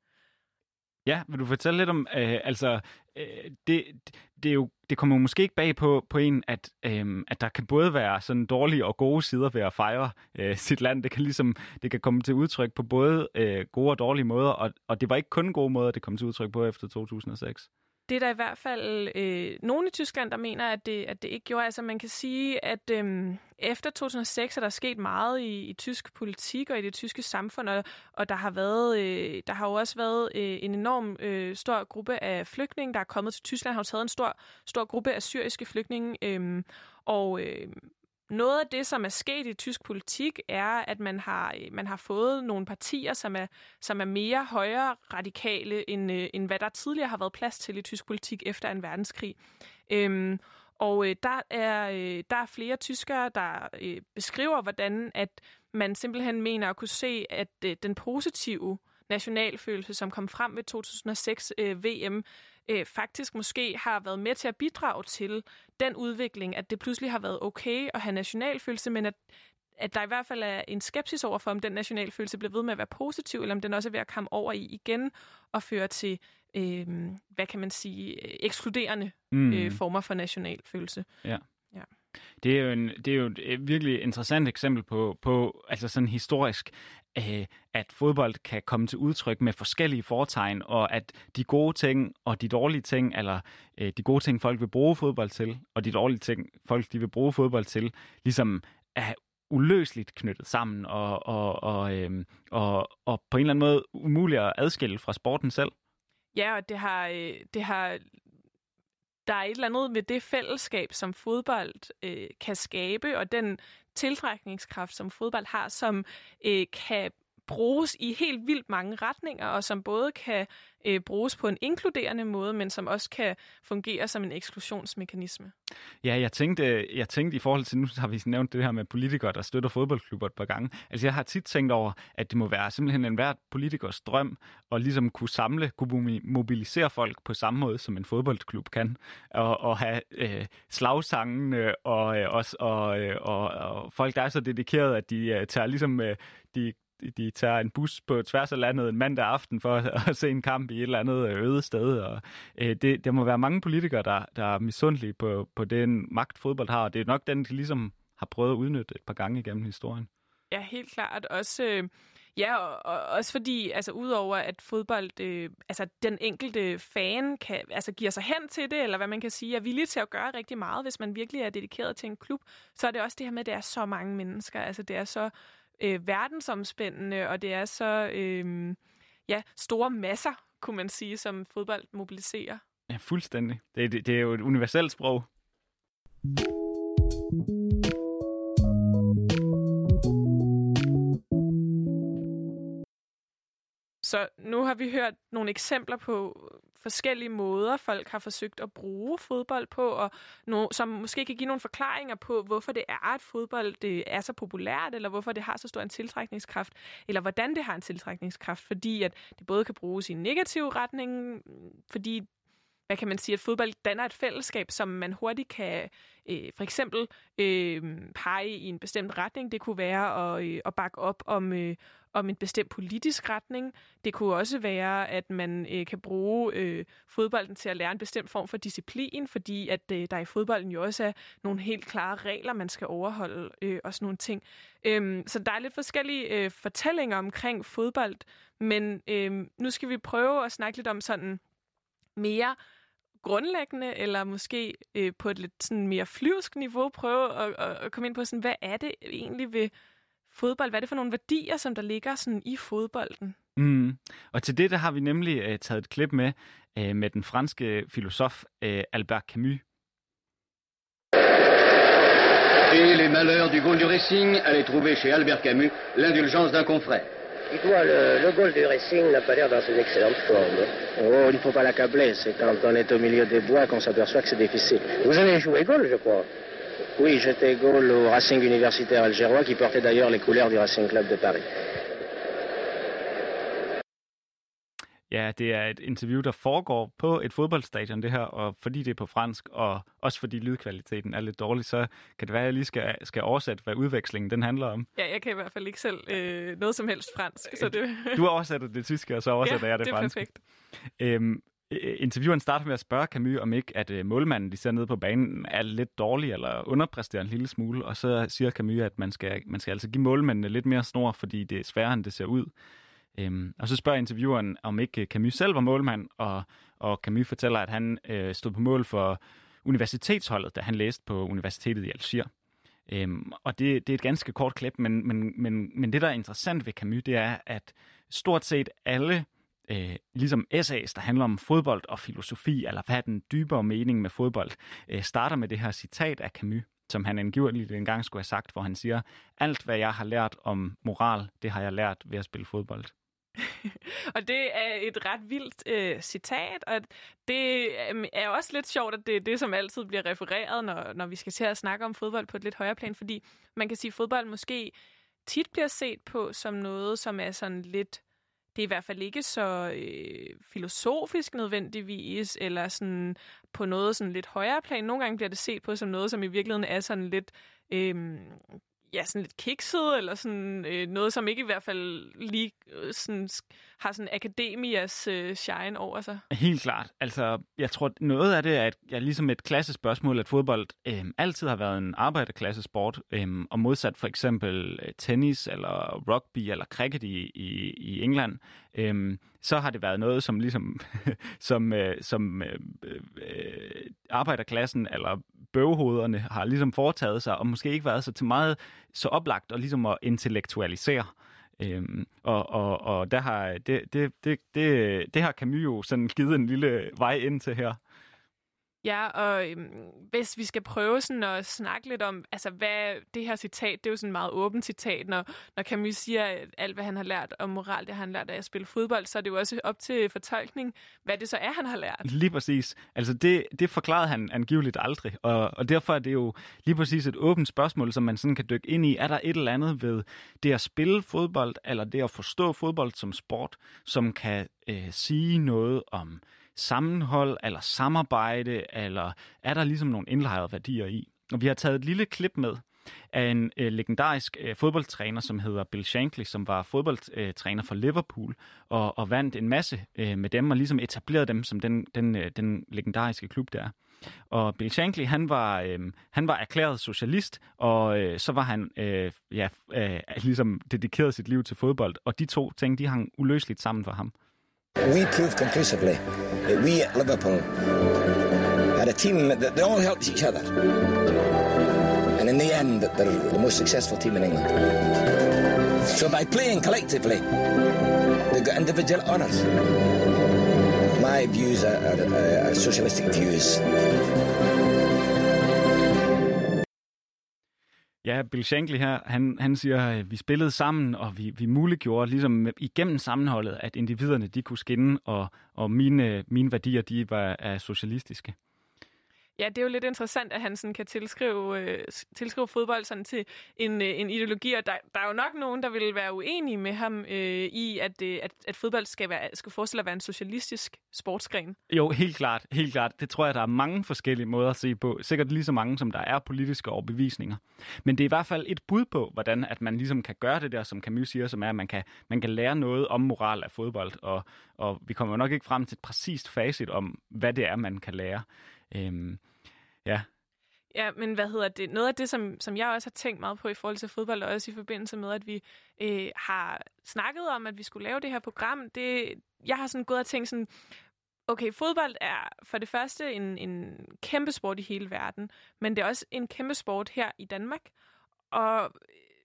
Ja, vil du fortælle lidt om, øh, altså, øh, det, det, er jo, det kommer jo måske ikke bag på, på en, at, øh, at der kan både være sådan dårlige og gode sider ved at fejre øh, sit land. Det kan ligesom, det kan komme til udtryk på både øh, gode og dårlige måder, og, og det var ikke kun gode måder, det kom til udtryk på efter to tusind og seks. Det er der i hvert fald øh, nogen i Tyskland, der mener, at det, at det ikke gjorde. Altså man kan sige, at øh, efter to tusind og seks er der sket meget i, i tysk politik og i det tyske samfund, og, og der har været, øh, der har jo også været øh, en enorm øh, stor gruppe af flygtninge, der er kommet til Tyskland, har jo taget en stor, stor gruppe af syriske flygtninge, øh, og øh, noget af det, som er sket i tysk politik, er, at man har, man har fået nogle partier, som er, som er mere højre radikale, end, end hvad der tidligere har været plads til i tysk politik efter en verdenskrig. Øhm, og der er, der er flere tyskere, der øh, beskriver, hvordan at man simpelthen mener at kunne se, at øh, den positive nationalfølelse, som kom frem ved to tusind og seks øh, V M, øh, faktisk måske har været med til at bidrage til den udvikling, at det pludselig har været okay at have nationalfølelse, men at, at der i hvert fald er en skepsis overfor, om den nationalfølelse bliver ved med at være positiv, eller om den også er ved at komme over i igen og føre til, øh, hvad kan man sige, ekskluderende mm. øh, former for nationalfølelse. Ja. Ja. Det er jo, en, det er jo et virkelig interessant eksempel på, på altså sådan historisk, øh, at fodbold kan komme til udtryk med forskellige fortegn, og at de gode ting og de dårlige ting, eller øh, de gode ting, folk vil bruge fodbold til, og de dårlige ting, folk de vil bruge fodbold til, ligesom er uløseligt knyttet sammen, og, og, og, øh, og, og på en eller anden måde umuligt at adskille fra sporten selv. Ja, og det har... Øh, det har Der er et eller andet med det fællesskab, som fodbold øh, kan skabe, og den tiltrækningskraft, som fodbold har, som øh, kan bruges i helt vildt mange retninger, og som både kan øh, bruges på en inkluderende måde, men som også kan fungere som en eksklusionsmekanisme. Ja, jeg tænkte, jeg tænkte i forhold til, nu har vi nævnt det her med politikere, der støtter fodboldklubber et par gange. Altså jeg har tit tænkt over, at det må være simpelthen en hver politikers drøm, at ligesom kunne samle, kunne mobilisere folk på samme måde, som en fodboldklub kan, og, og have øh, slagsangene, og, øh, også, og, øh, og, og folk, der er så dedikerede, at de øh, tager ligesom, øh, de de tager en bus på tværs af landet en mandag aften for at se en kamp i et eller andet øde sted. Og, øh, det, der må være mange politikere, der, der er misundelige på, på den magt, fodbold har, og det er nok den, de ligesom har prøvet at udnytte et par gange igennem historien. Ja, helt klart. Også, øh, Ja, og, og også fordi, altså udover at fodbold, øh, altså den enkelte fan kan, altså giver sig hen til det, eller hvad man kan sige, er villig til at gøre rigtig meget, hvis man virkelig er dedikeret til en klub, så er det også det her med, at det er så mange mennesker. Altså det er så øh, verdensomspændende, og det er så øh, ja, store masser, kunne man sige, som fodbold mobiliserer. Ja, fuldstændig. Det, det, det er jo et universelt sprog. Så nu har vi hørt nogle eksempler på forskellige måder, folk har forsøgt at bruge fodbold på, og no, som måske kan give nogle forklaringer på, hvorfor det er, at fodbold det er så populært, eller hvorfor det har så stor en tiltrækningskraft, eller hvordan det har en tiltrækningskraft, fordi at det både kan bruges i en negativ retning, fordi hvad kan man sige, at fodbold danner et fællesskab, som man hurtigt kan øh, for eksempel øh, pege i en bestemt retning. Det kunne være at, øh, at bakke op om, øh, om en bestemt politisk retning. Det kunne også være, at man øh, kan bruge øh, fodbolden til at lære en bestemt form for disciplin, fordi at øh, der i fodbolden jo også er nogle helt klare regler, man skal overholde øh, og sådan nogle ting. Øh, så der er lidt forskellige øh, fortællinger omkring fodbold, men øh, nu skal vi prøve at snakke lidt om sådan mere grundlæggende, eller måske øh, på et lidt sådan mere flyvsk niveau, prøve at, at, at komme ind på, sådan, hvad er det egentlig ved fodbold? Hvad er det for nogle værdier, som der ligger sådan i fodbolden? Mm. Og til det, der har vi nemlig øh, taget et klip med, øh, med den franske filosof øh, Albert Camus. Et les malheurs du goal du Racing allaient trouver chez Albert Camus l'indulgence d'un confrère. Dis-toi, le, le goal du Racing n'a pas l'air dans une excellente forme. Oh, il ne faut pas l'accabler. C'est quand on est au milieu des bois qu'on s'aperçoit que c'est difficile. Vous avez joué goal, je crois. Oui, j'étais goal au Racing universitaire algérois, qui portait d'ailleurs les couleurs du Racing Club de Paris. Ja, det er et interview, der foregår på et fodboldstadion, det her, og fordi det er på fransk, og også fordi lydkvaliteten er lidt dårlig, så kan det være, at jeg lige skal, skal oversætte, hvad udvekslingen den handler om. Ja, jeg kan i hvert fald ikke selv øh, noget som helst fransk. Så det... Du oversætter det tyske, og så oversætter ja, jeg det, det franske. Perfekt. Øhm, intervieweren starter med at spørge Camus, om ikke, at øh, målmanden, de ser nede på banen, er lidt dårlig eller underpresterer en lille smule, og så siger Camus, at man skal, man skal altså give målmændene lidt mere snor, fordi det er sværere, end det ser ud. Øhm, og så spørger intervieweren, om ikke Camus selv var målmand, og, og Camus fortæller, at han øh, stod på mål for universitetsholdet, da han læste på universitetet i Algier. Øhm, og det, det er et ganske kort klip, men, men, men, men det, der er interessant ved Camus, det er, at stort set alle øh, ligesom essays, der handler om fodbold og filosofi, eller hvad er den dybere mening med fodbold, øh, starter med det her citat af Camus, som han angiveligt engang skulle have sagt, hvor han siger, alt hvad jeg har lært om moral, det har jeg lært ved at spille fodbold. Og det er et ret vildt øh, citat, og det øh, er også lidt sjovt, at det er det, som altid bliver refereret, når, når vi skal til at snakke om fodbold på et lidt højere plan, fordi man kan sige, at fodbold måske tit bliver set på som noget, som er sådan lidt, det er i hvert fald ikke så øh, filosofisk nødvendigvis, eller sådan på noget sådan lidt højere plan. Nogle gange bliver det set på som noget, som i virkeligheden er sådan lidt... Øh, ja, sådan lidt kikset, eller sådan øh, noget, som ikke i hvert fald lige øh, sådan, har sådan akademias øh, shine over sig. Helt klart. Altså, jeg tror, noget af det er, at jeg er ligesom et klassespørgsmål, at fodbold øh, altid har været en arbejderklassesport, øh, og modsat for eksempel øh, tennis, eller rugby, eller cricket i, i, i England, øh, så har det været noget, som ligesom som, øh, som øh, øh, arbejderklassen, eller bøvehoderne har ligesom foretaget sig, og måske ikke været så til meget så oplagt og ligesom at intellektualisere. Øhm, og, og, og der har det, det, det, det, det har Camus jo sådan givet en lille vej ind til her. Ja, og øhm, hvis vi skal prøve sådan at snakke lidt om, altså hvad det her citat, det er jo sådan et meget åbent citat, når, når Camus siger, at alt hvad han har lært om moral, det har han lært af at spille fodbold, så er det jo også op til fortolkning, hvad det så er, han har lært. Lige præcis. Altså det, det forklarede han angiveligt aldrig, og, og derfor er det jo lige præcis et åbent spørgsmål, som man sådan kan dykke ind i. Er der et eller andet ved det at spille fodbold, eller det at forstå fodbold som sport, som kan øh, sige noget om sammenhold eller samarbejde, eller er der ligesom nogle indlejrede værdier i? Og vi har taget et lille klip med af en øh, legendarisk øh, fodboldtræner, som hedder Bill Shankly, som var fodboldtræner for Liverpool, og, og vandt en masse øh, med dem, og ligesom etablerede dem som den, den, øh, den legendariske klub, der er. Og Bill Shankly, han var, øh, han var erklæret socialist, og øh, så var han øh, ja, øh, ligesom dedikeret sit liv til fodbold, og de to ting, de hang uløseligt sammen for ham. We proved conclusively that we at Liverpool had a team that they all helped each other. And in the end, they're the most successful team in England. So by playing collectively, they got individual honours. My views are, are, are socialistic views. Ja, Bill Shankly her, han, han siger, at vi spillede sammen, og vi, vi muliggjorde ligesom igennem sammenholdet, at individerne de kunne skinne, og, og mine, mine værdier de var er socialistiske. Ja, det er jo lidt interessant, at han sådan kan tilskrive, øh, tilskrive fodbold sådan til en, øh, en ideologi, og der, der er jo nok nogen, der vil være uenige med ham øh, i, at, øh, at, at fodbold skal, være, skal forestille at være en socialistisk sportsgren. Jo, helt klart, helt klart. Det tror jeg, der er mange forskellige måder at se på. Sikkert lige så mange, som der er politiske overbevisninger. Men det er i hvert fald et bud på, hvordan at man ligesom kan gøre det der, som Camus siger, som er, at man kan, man kan lære noget om moral af fodbold, og, og vi kommer jo nok ikke frem til et præcist facit om, hvad det er, man kan lære. Øhm, ja. Ja, men hvad hedder det? Noget af det, som, som jeg også har tænkt meget på i forhold til fodbold, og også i forbindelse med, at vi øh, har snakket om, at vi skulle lave det her program, det, jeg har sådan gået og tænkt sådan, okay, fodbold er for det første en, en kæmpe sport i hele verden, men det er også en kæmpe sport her i Danmark, og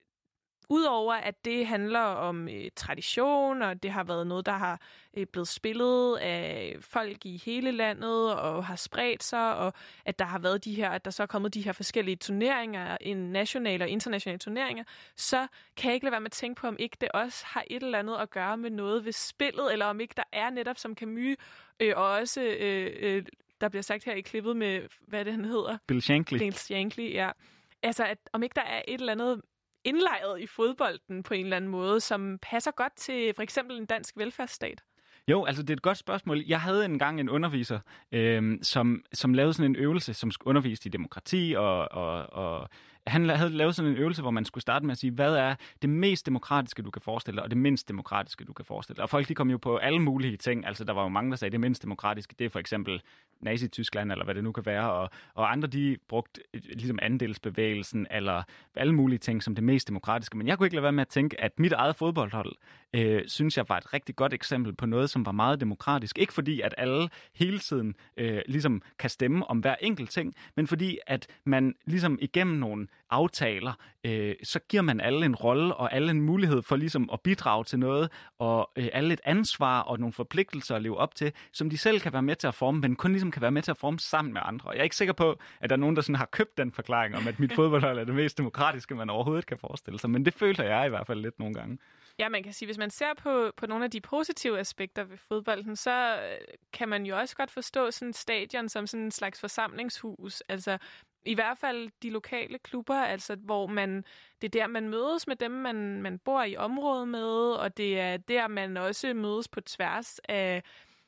udover at det handler om øh, tradition, og det har været noget, der har øh, blevet spillet af folk i hele landet, og har spredt sig, og at der har været de her, at der så er kommet de her forskellige turneringer, nationale og internationale turneringer, så kan jeg ikke lade være med at tænke på, om ikke det også har et eller andet at gøre med noget ved spillet, eller om ikke der er netop som Camus, øh, og også, øh, øh, der bliver sagt her i klippet med, hvad det han hedder? Bill Shankly. Bill Shankly, ja. Altså, at, om ikke der er et eller andet indlejret i fodbolden på en eller anden måde, som passer godt til for eksempel en dansk velfærdsstat? Jo, altså det er et godt spørgsmål. Jeg havde engang en underviser, øh, som, som lavede sådan en øvelse, som underviste i demokrati, og, og, og han havde lavet sådan en øvelse, hvor man skulle starte med at sige, hvad er det mest demokratiske, du kan forestille dig, og det mindst demokratiske, du kan forestille dig. Og folk, de kom jo på alle mulige ting. Altså, der var jo mange, der sagde, det mindst demokratiske, det er for eksempel Nazi-Tyskland, eller hvad det nu kan være. Og, og andre, de brugte ligesom andelsbevægelsen, eller alle mulige ting som det mest demokratiske. Men jeg kunne ikke lade være med at tænke, at mit eget fodboldhold, øh, synes jeg var et rigtig godt eksempel på noget, som var meget demokratisk. Ikke fordi, at alle hele tiden øh, ligesom kan stemme om hver enkelt ting, men fordi, at man ligesom igennem nogle aftaler, øh, så giver man alle en rolle og alle en mulighed for ligesom at bidrage til noget, og øh, alle et ansvar og nogle forpligtelser at leve op til, som de selv kan være med til at forme, men kun ligesom kan være med til at forme sammen med andre. Og jeg er ikke sikker på, at der er nogen, der sådan har købt den forklaring om, at mit fodboldhold er det mest demokratiske, man overhovedet kan forestille sig, men det føler jeg i hvert fald lidt nogle gange. Ja, man kan sige, hvis man ser på, på nogle af de positive aspekter ved fodbolden, så kan man jo også godt forstå sådan et stadion som sådan en slags forsamlingshus. Altså i hvert fald de lokale klubber, altså hvor man, det er der, man mødes med dem, man, man bor i området med, og det er der, man også mødes på tværs af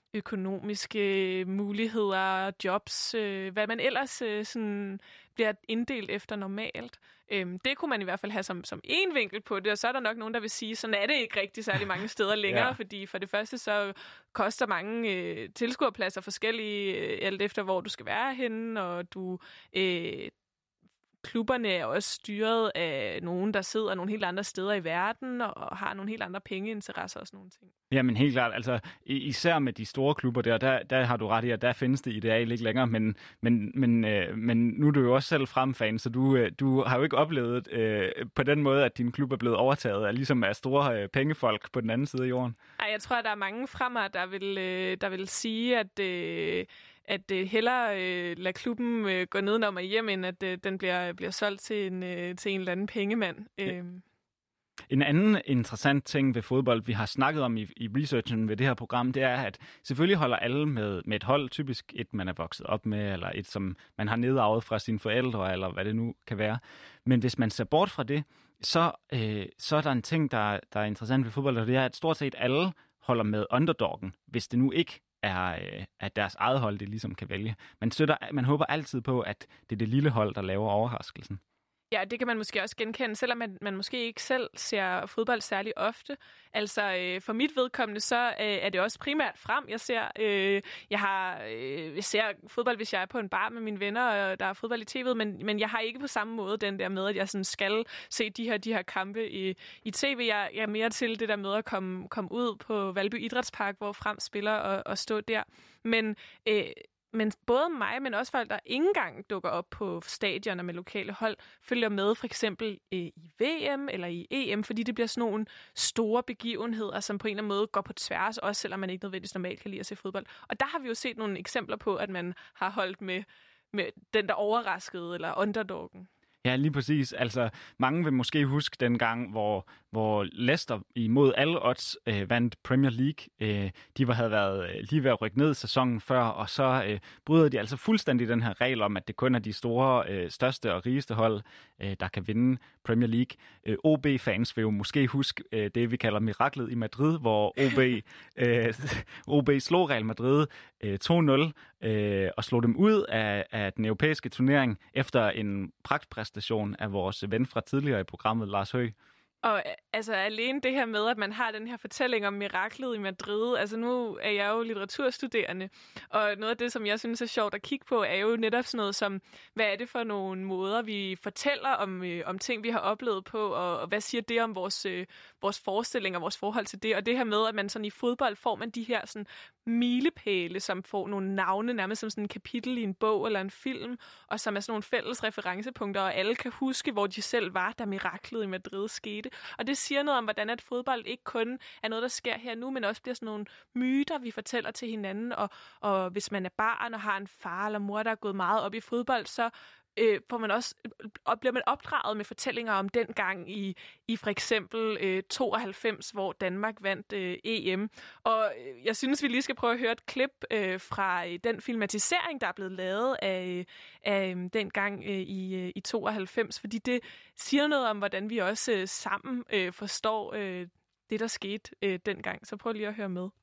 økonomiske muligheder, jobs, øh, hvad man ellers øh, sådan bliver inddelt efter normalt. Øhm, det kunne man i hvert fald have som, som en vinkel på det, og så er der nok nogen, der vil sige, sådan er det ikke rigtig særlig mange steder længere, ja. Fordi for det første så koster mange øh, tilskuerpladser forskellige, øh, alt efter hvor du skal være henne, og du... Øh, klubberne er også styret af nogen, der sidder nogle helt andre steder i verden, og har nogle helt andre pengeinteresser og sådan nogle ting. Ja, men helt klart. Altså, især med de store klubber der, der, der har du ret i, at der findes det ideal ikke længere, men, men, men, øh, men nu er du jo også selv fremfan, så du, øh, du har jo ikke oplevet øh, på den måde, at din klub er blevet overtaget af, ligesom af store øh, pengefolk på den anden side af jorden. Ej, jeg tror, at der er mange fremad, der vil, øh, der vil sige, at... Øh, at øh, hellere øh, lade klubben øh, gå nedenom og hjem, end at øh, den bliver, bliver solgt til en, øh, til en eller anden pengemand. Ja. En anden interessant ting ved fodbold, vi har snakket om i, i researchen ved det her program, det er, at selvfølgelig holder alle med, med et hold, typisk et, man er vokset op med, eller et, som man har nedarvet fra sine forældre, eller hvad det nu kan være. Men hvis man ser bort fra det, så, øh, så er der en ting, der, der er interessant ved fodbold, og det er, at stort set alle holder med underdoggen, hvis det nu ikke er, at deres eget hold, det ligesom kan vælge. Man, støtter, man håber altid på, at det er det lille hold, der laver overraskelsen. Ja, det kan man måske også genkende, selvom man, man måske ikke selv ser fodbold særlig ofte. Altså, øh, for mit vedkommende, så øh, er det også primært frem. Jeg ser, øh, jeg har, øh, jeg ser fodbold, hvis jeg er på en bar med mine venner, og der er fodbold i tv'et, men, men jeg har ikke på samme måde den der med, at jeg sådan skal se de her, de her kampe i, i tv. Jeg, jeg er mere til det der med at komme, komme ud på Valby Idrætspark, hvor frem spiller og, og stå der. Men... Øh, Men både mig, men også folk, der ikke engang dukker op på stadioner med lokale hold, følger med for eksempel i V M eller i E M, fordi det bliver sådan nogle store begivenheder, som på en eller anden måde går på tværs, også selvom man ikke nødvendigvis normalt kan lide at se fodbold. Og der har vi jo set nogle eksempler på, at man har holdt med, med den, der overraskede, eller underdoggen. Ja, lige præcis. Altså, mange vil måske huske den gang, hvor, hvor Leicester imod alle odds øh, vandt Premier League. Øh, de var, havde været øh, lige ved at rykke ned sæsonen før, og så øh, bryder de altså fuldstændig den her regel om, at det kun er de store, øh, største og rigeste hold, øh, der kan vinde Premier League. Øh, O B-fans vil jo måske huske øh, det, vi kalder miraklet i Madrid, hvor O B, øh, O B slog Real Madrid øh, to nul øh, og slog dem ud af, af den europæiske turnering efter en pragtpræstation af vores ven fra tidligere i programmet, Lars Høgh. Og altså alene det her med, at man har den her fortælling om miraklet i Madrid. Altså nu er jeg jo litteraturstuderende, og noget af det, som jeg synes er sjovt at kigge på, er jo netop sådan noget som, hvad er det for nogle måder, vi fortæller om, øh, om ting, vi har oplevet på, og, og hvad siger det om vores, øh, vores forestilling og vores forhold til det. Og det her med, at man sådan i fodbold får man de her sådan milepæle, som får nogle navne, nærmest som sådan en kapitel i en bog eller en film, og som er sådan nogle fælles referencepunkter, og alle kan huske, hvor de selv var, da miraklet i Madrid skete. Og det siger noget om, hvordan at fodbold ikke kun er noget, der sker her nu, men også bliver sådan nogle myter, vi fortæller til hinanden. Og, og hvis man er barn og har en far eller mor, der er gået meget op i fodbold, så øh, får man også, og bliver man opdraget med fortællinger om den gang i, i for eksempel øh, tooghalvfems, hvor Danmark vandt øh, E M. Og øh, jeg synes, vi lige skal prøve at høre et klip øh, fra øh, den filmatisering, der er blevet lavet af, af den gang øh, i, øh, i tooghalvfems, fordi det siger noget om, hvordan vi også øh, sammen øh, forstår øh, det, der skete øh, dengang. Så prøv lige at høre med.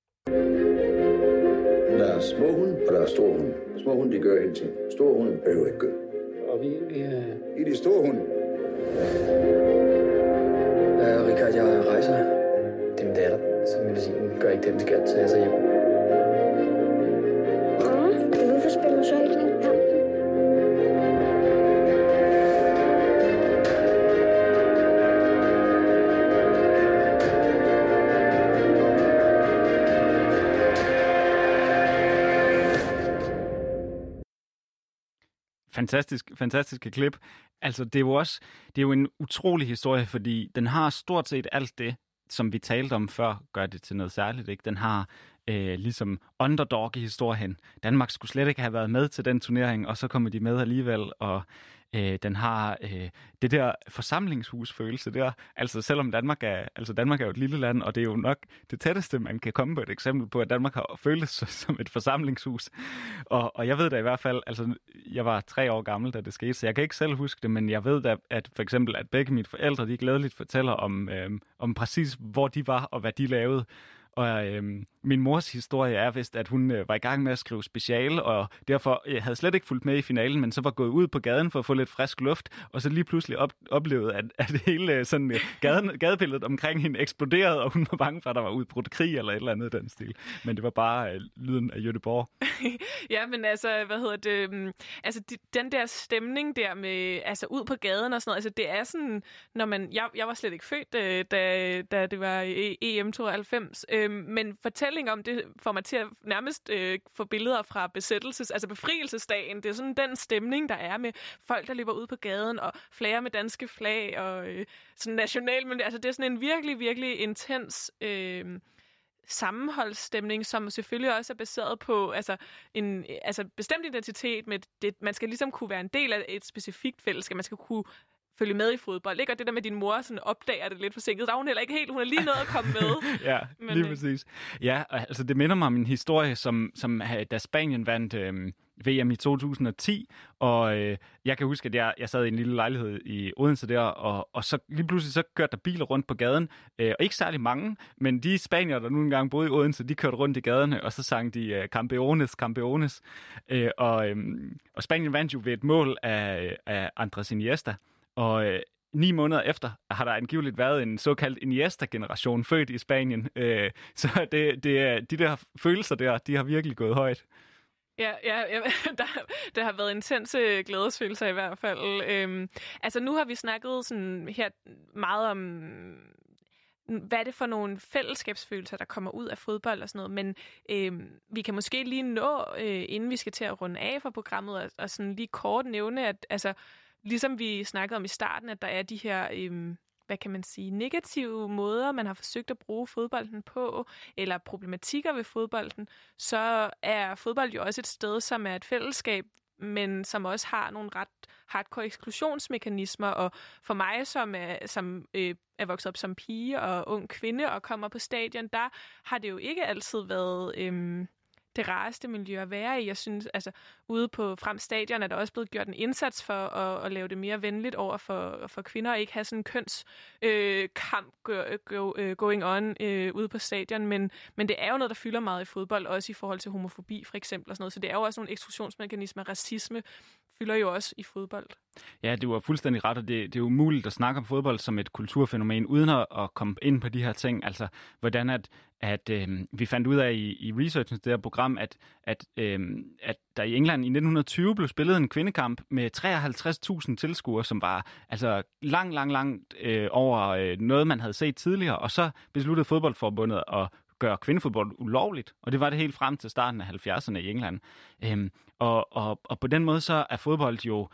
Der er små hunde, og der er store hunde. Små hunde, de gør ingenting. Store hunde behøver ikke gøre. Og vi, vi er... I de store hunde. Uh, Richard, jeg rejser. Det er min datter, så medicinen gør ikke det, den skal, så jeg tager hjem. Ja, hvorfor spiller du så ikke den kamp? Fantastisk, fantastiske klip. Altså, det er jo også, det er jo en utrolig historie, fordi den har stort set alt det, som vi talte om før, gør det til noget særligt, ikke? Den har øh, ligesom underdog i historien. Danmark skulle slet ikke have været med til den turnering, og så kommer de med alligevel, og øh, den har øh, det der forsamlingshusfølelse der. Altså selvom Danmark er, altså Danmark er jo et lille land, og det er jo nok det tætteste, man kan komme på et eksempel på, at Danmark har føltes som et forsamlingshus. Og, og jeg ved da i hvert fald, altså jeg var tre år gammel, da det skete, så jeg kan ikke selv huske det, men jeg ved da, at for eksempel, at begge mine forældre, de glædeligt fortæller om, øh, om præcis, hvor de var, og hvad de lavede. Og øhm, min mors historie er vist, at hun øh, var i gang med at skrive speciale, og derfor øh, havde slet ikke fulgt med i finalen, men så var gået ud på gaden for at få lidt frisk luft, og så lige pludselig op- oplevede, at, at hele øh, sådan, øh, gaden, gadebilledet omkring hende eksploderede, og hun var bange for, at der var udbrudt krig eller et eller andet den stil. Men det var bare øh, lyden af Göteborg. Ja, men altså, hvad hedder det? Um, altså, de, den der stemning der med, altså ud på gaden og sådan noget, altså det er sådan, når man, jeg, jeg var slet ikke født, øh, da, da det var E M tooghalvfems, øh, men fortælling om det får mig til at nærmest øh, få billeder fra besættelses, altså befrielsesdagen. Det er sådan den stemning, der er med folk, der løber ud på gaden og flager med danske flag og øh, sådan national, men altså det er sådan en virkelig, virkelig intens øh, sammenholdsstemning, som selvfølgelig også er baseret på altså en altså bestemt identitet med det. Man skal ligesom kunne være en del af et specifikt fællesskab. Man skal kunne følge med i fodbold, ikke? Og det der med, din mor sådan opdager det lidt forsinket, så er hun heller ikke helt, hun er lige nået at komme med. Ja, men, lige præcis. Ja, altså det minder mig om en historie, som, som da Spanien vandt, øh, V M i to tusind og ti, og øh, jeg kan huske, at jeg, jeg sad i en lille lejlighed i Odense der, og, og så lige pludselig så kørte der biler rundt på gaden, øh, og ikke særlig mange, men de spanier, der nu engang boede i Odense, de kørte rundt i gaderne, og så sang de øh, Campeones, Campeones, øh, og, øh, og Spanien vandt jo ved et mål af, af Andrés Iniesta, og øh, Ni måneder efter har der angiveligt været en såkaldt Iniesta-generation født i Spanien. Øh, så det, det, de der følelser der, de har virkelig gået højt. Ja, ja, ja der, der har været intense glædesfølelser i hvert fald. Øhm, altså nu har vi snakket sådan her meget om, hvad er det for nogle fællesskabsfølelser, der kommer ud af fodbold og sådan noget. Men øhm, vi kan måske lige nå, øh, inden vi skal til at runde af for programmet, og, og sådan lige kort nævne, at altså, ligesom vi snakkede om i starten, at der er de her, øhm, hvad kan man sige, negative måder, man har forsøgt at bruge fodbolden på, eller problematikker ved fodbolden, så er fodbold jo også et sted, som er et fællesskab, men som også har nogle ret hardcore eksklusionsmekanismer. Og for mig, som er, som, øh, er vokset op som pige og ung kvinde og kommer på stadion, der har det jo ikke altid været Øh, det rareste miljø at være i. Jeg synes, altså ude på Frem Stadion er der også blevet gjort en indsats for at, at lave det mere venligt over for, for kvinder, og ikke have sådan en kønskamp øh, go, øh, going on øh, ude på stadion, men, men det er jo noget, der fylder meget i fodbold, også i forhold til homofobi for eksempel, og sådan noget. Så det er jo også nogle eksklusionsmekanismer. Racisme fylder jo også i fodbold. Ja, det var fuldstændig ret, og det, det er umuligt at snakke om fodbold som et kulturfænomen, uden at, at komme ind på de her ting. Altså, hvordan at, at øh, vi fandt ud af i, i researchen til det her program, at, at, øh, at der i England i nitten tyve blev spillet en kvindekamp med treoghalvtreds tusind tilskuere, som var altså lang, lang, langt øh, over øh, noget, man havde set tidligere, og så besluttede fodboldforbundet at gøre kvindefodbold ulovligt, og det var det helt frem til starten af halvfjerdserne i England. Øhm, og, og, og på den måde så er fodbold jo,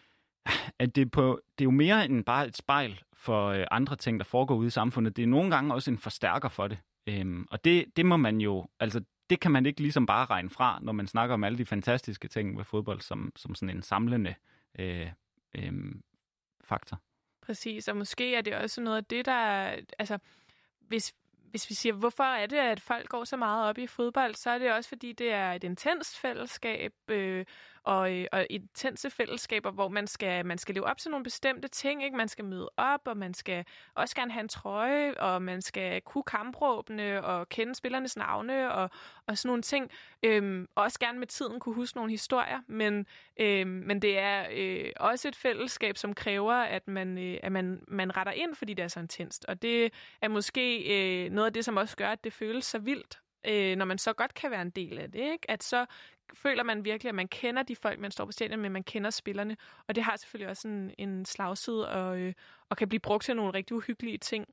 at det, på, det er jo mere end bare et spejl for øh, andre ting, der foregår ude i samfundet. Det er nogle gange også en forstærker for det. Øhm, og det, det må man jo, altså det kan man ikke ligesom bare regne fra, når man snakker om alle de fantastiske ting ved fodbold, som, som sådan en samlende øh, øh, faktor. Præcis, og måske er det også noget af det, der, altså hvis Hvis vi siger, hvorfor er det, at folk går så meget op i fodbold, så er det også, fordi det er et intenst fællesskab, øh, og, øh, og intense fællesskaber, hvor man skal, man skal leve op til nogle bestemte ting. Ikke? Man skal møde op, og man skal også gerne have en trøje, og man skal kunne kampråbene, og kende spillernes navne, og, og sådan nogle ting. Øhm, også gerne med tiden kunne huske nogle historier, men, øhm, men det er øh, også et fællesskab, som kræver, at man, øh, at man, man retter ind, fordi det er så intenst. Og det er måske øh, noget af det, som også gør, at det føles så vildt, øh, når man så godt kan være en del af det. Ikke? At så føler man virkelig, at man kender de folk, man står på stadion, men man kender spillerne. Og det har selvfølgelig også en, en slagside, og, øh, og kan blive brugt til nogle rigtig uhyggelige ting.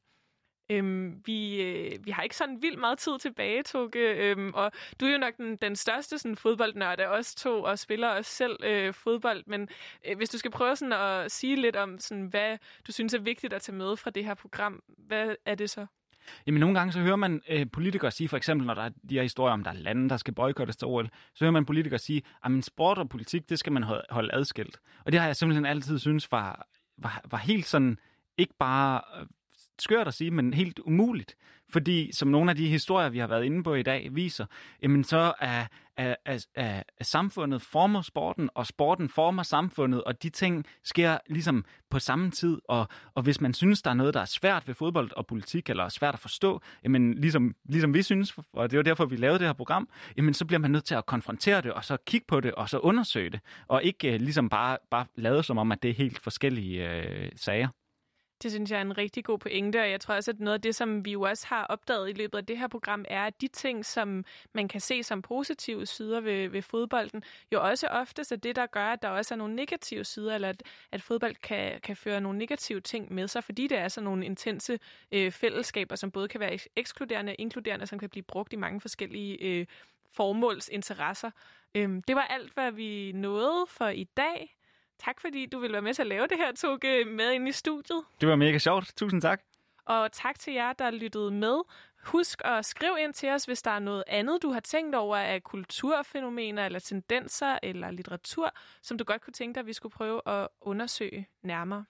Øhm, vi, øh, vi har ikke sådan vildt meget tid tilbage, Toke, øhm, og du er jo nok den, den største sådan, fodboldnørd af os to, og spiller også selv øh, fodbold, men øh, hvis du skal prøve sådan, at sige lidt om, sådan, hvad du synes er vigtigt at tage med fra det her program, hvad er det så? Jamen nogle gange så hører man øh, politikere sige, for eksempel når der er de her historier om, der er lande, der skal boykottes til O L, så hører man politikere sige, at sport og politik, det skal man holde adskilt. Og det har jeg simpelthen altid synes var, var, var helt sådan, ikke bare øh, skørt at sige, men helt umuligt. Fordi som nogle af de historier, vi har været inde på i dag, viser, jamen så er, er, er, er, er samfundet former sporten, og sporten former samfundet, og de ting sker ligesom på samme tid. Og, og hvis man synes, der er noget, der er svært ved fodbold og politik, eller svært at forstå, jamen ligesom, ligesom vi synes, og det var derfor, vi lavede det her program, jamen så bliver man nødt til at konfrontere det, og så kigge på det, og så undersøge det, og ikke uh, ligesom bare, bare lade som om, at det er helt forskellige uh, sager. Det synes jeg er en rigtig god pointe, og jeg tror også, at noget af det, som vi jo også har opdaget i løbet af det her program, er, at de ting, som man kan se som positive sider ved, ved fodbolden, jo også oftest er det, der gør, at der også er nogle negative sider, eller at, at fodbold kan, kan føre nogle negative ting med sig, fordi det er sådan nogle intense øh, fællesskaber, som både kan være ekskluderende og inkluderende, som kan blive brugt i mange forskellige øh, formålsinteresser. Øhm, det var alt, hvad vi nåede for i dag. Tak fordi du ville være med til at lave det her, Toke, med ind i studiet. Det var mega sjovt. Tusind tak. Og tak til jer, der lyttede med. Husk at skrive ind til os, hvis der er noget andet, du har tænkt over af kulturfænomener, eller tendenser, eller litteratur, som du godt kunne tænke dig, at vi skulle prøve at undersøge nærmere.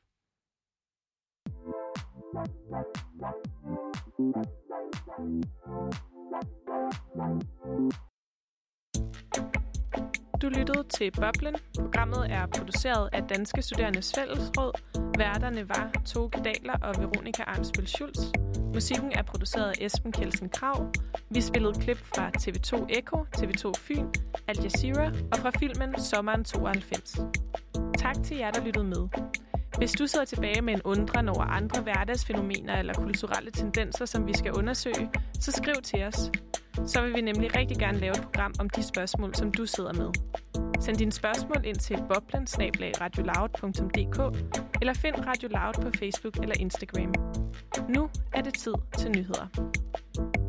Du lyttede til Boblen. Programmet er produceret af Danske Studerendes Fællesråd. Værterne var Toge Daler og Veronica Arnsbøl Schultz. Musikken er produceret af Esben Kjeldsen Krag. Vi spillede klip fra T V to Echo, T V to Fyn, Al Jazeera og fra filmen Sommeren tooghalvfems. Tak til jer, der lyttede med. Hvis du sidder tilbage med en undren over andre hverdagsfænomener eller kulturelle tendenser, som vi skal undersøge, så skriv til os. Så vil vi nemlig rigtig gerne lave et program om de spørgsmål, som du sidder med. Send dine spørgsmål ind til boblen bindestreg radioloud punktum d k eller find Radio Loud på Facebook eller Instagram. Nu er det tid til nyheder.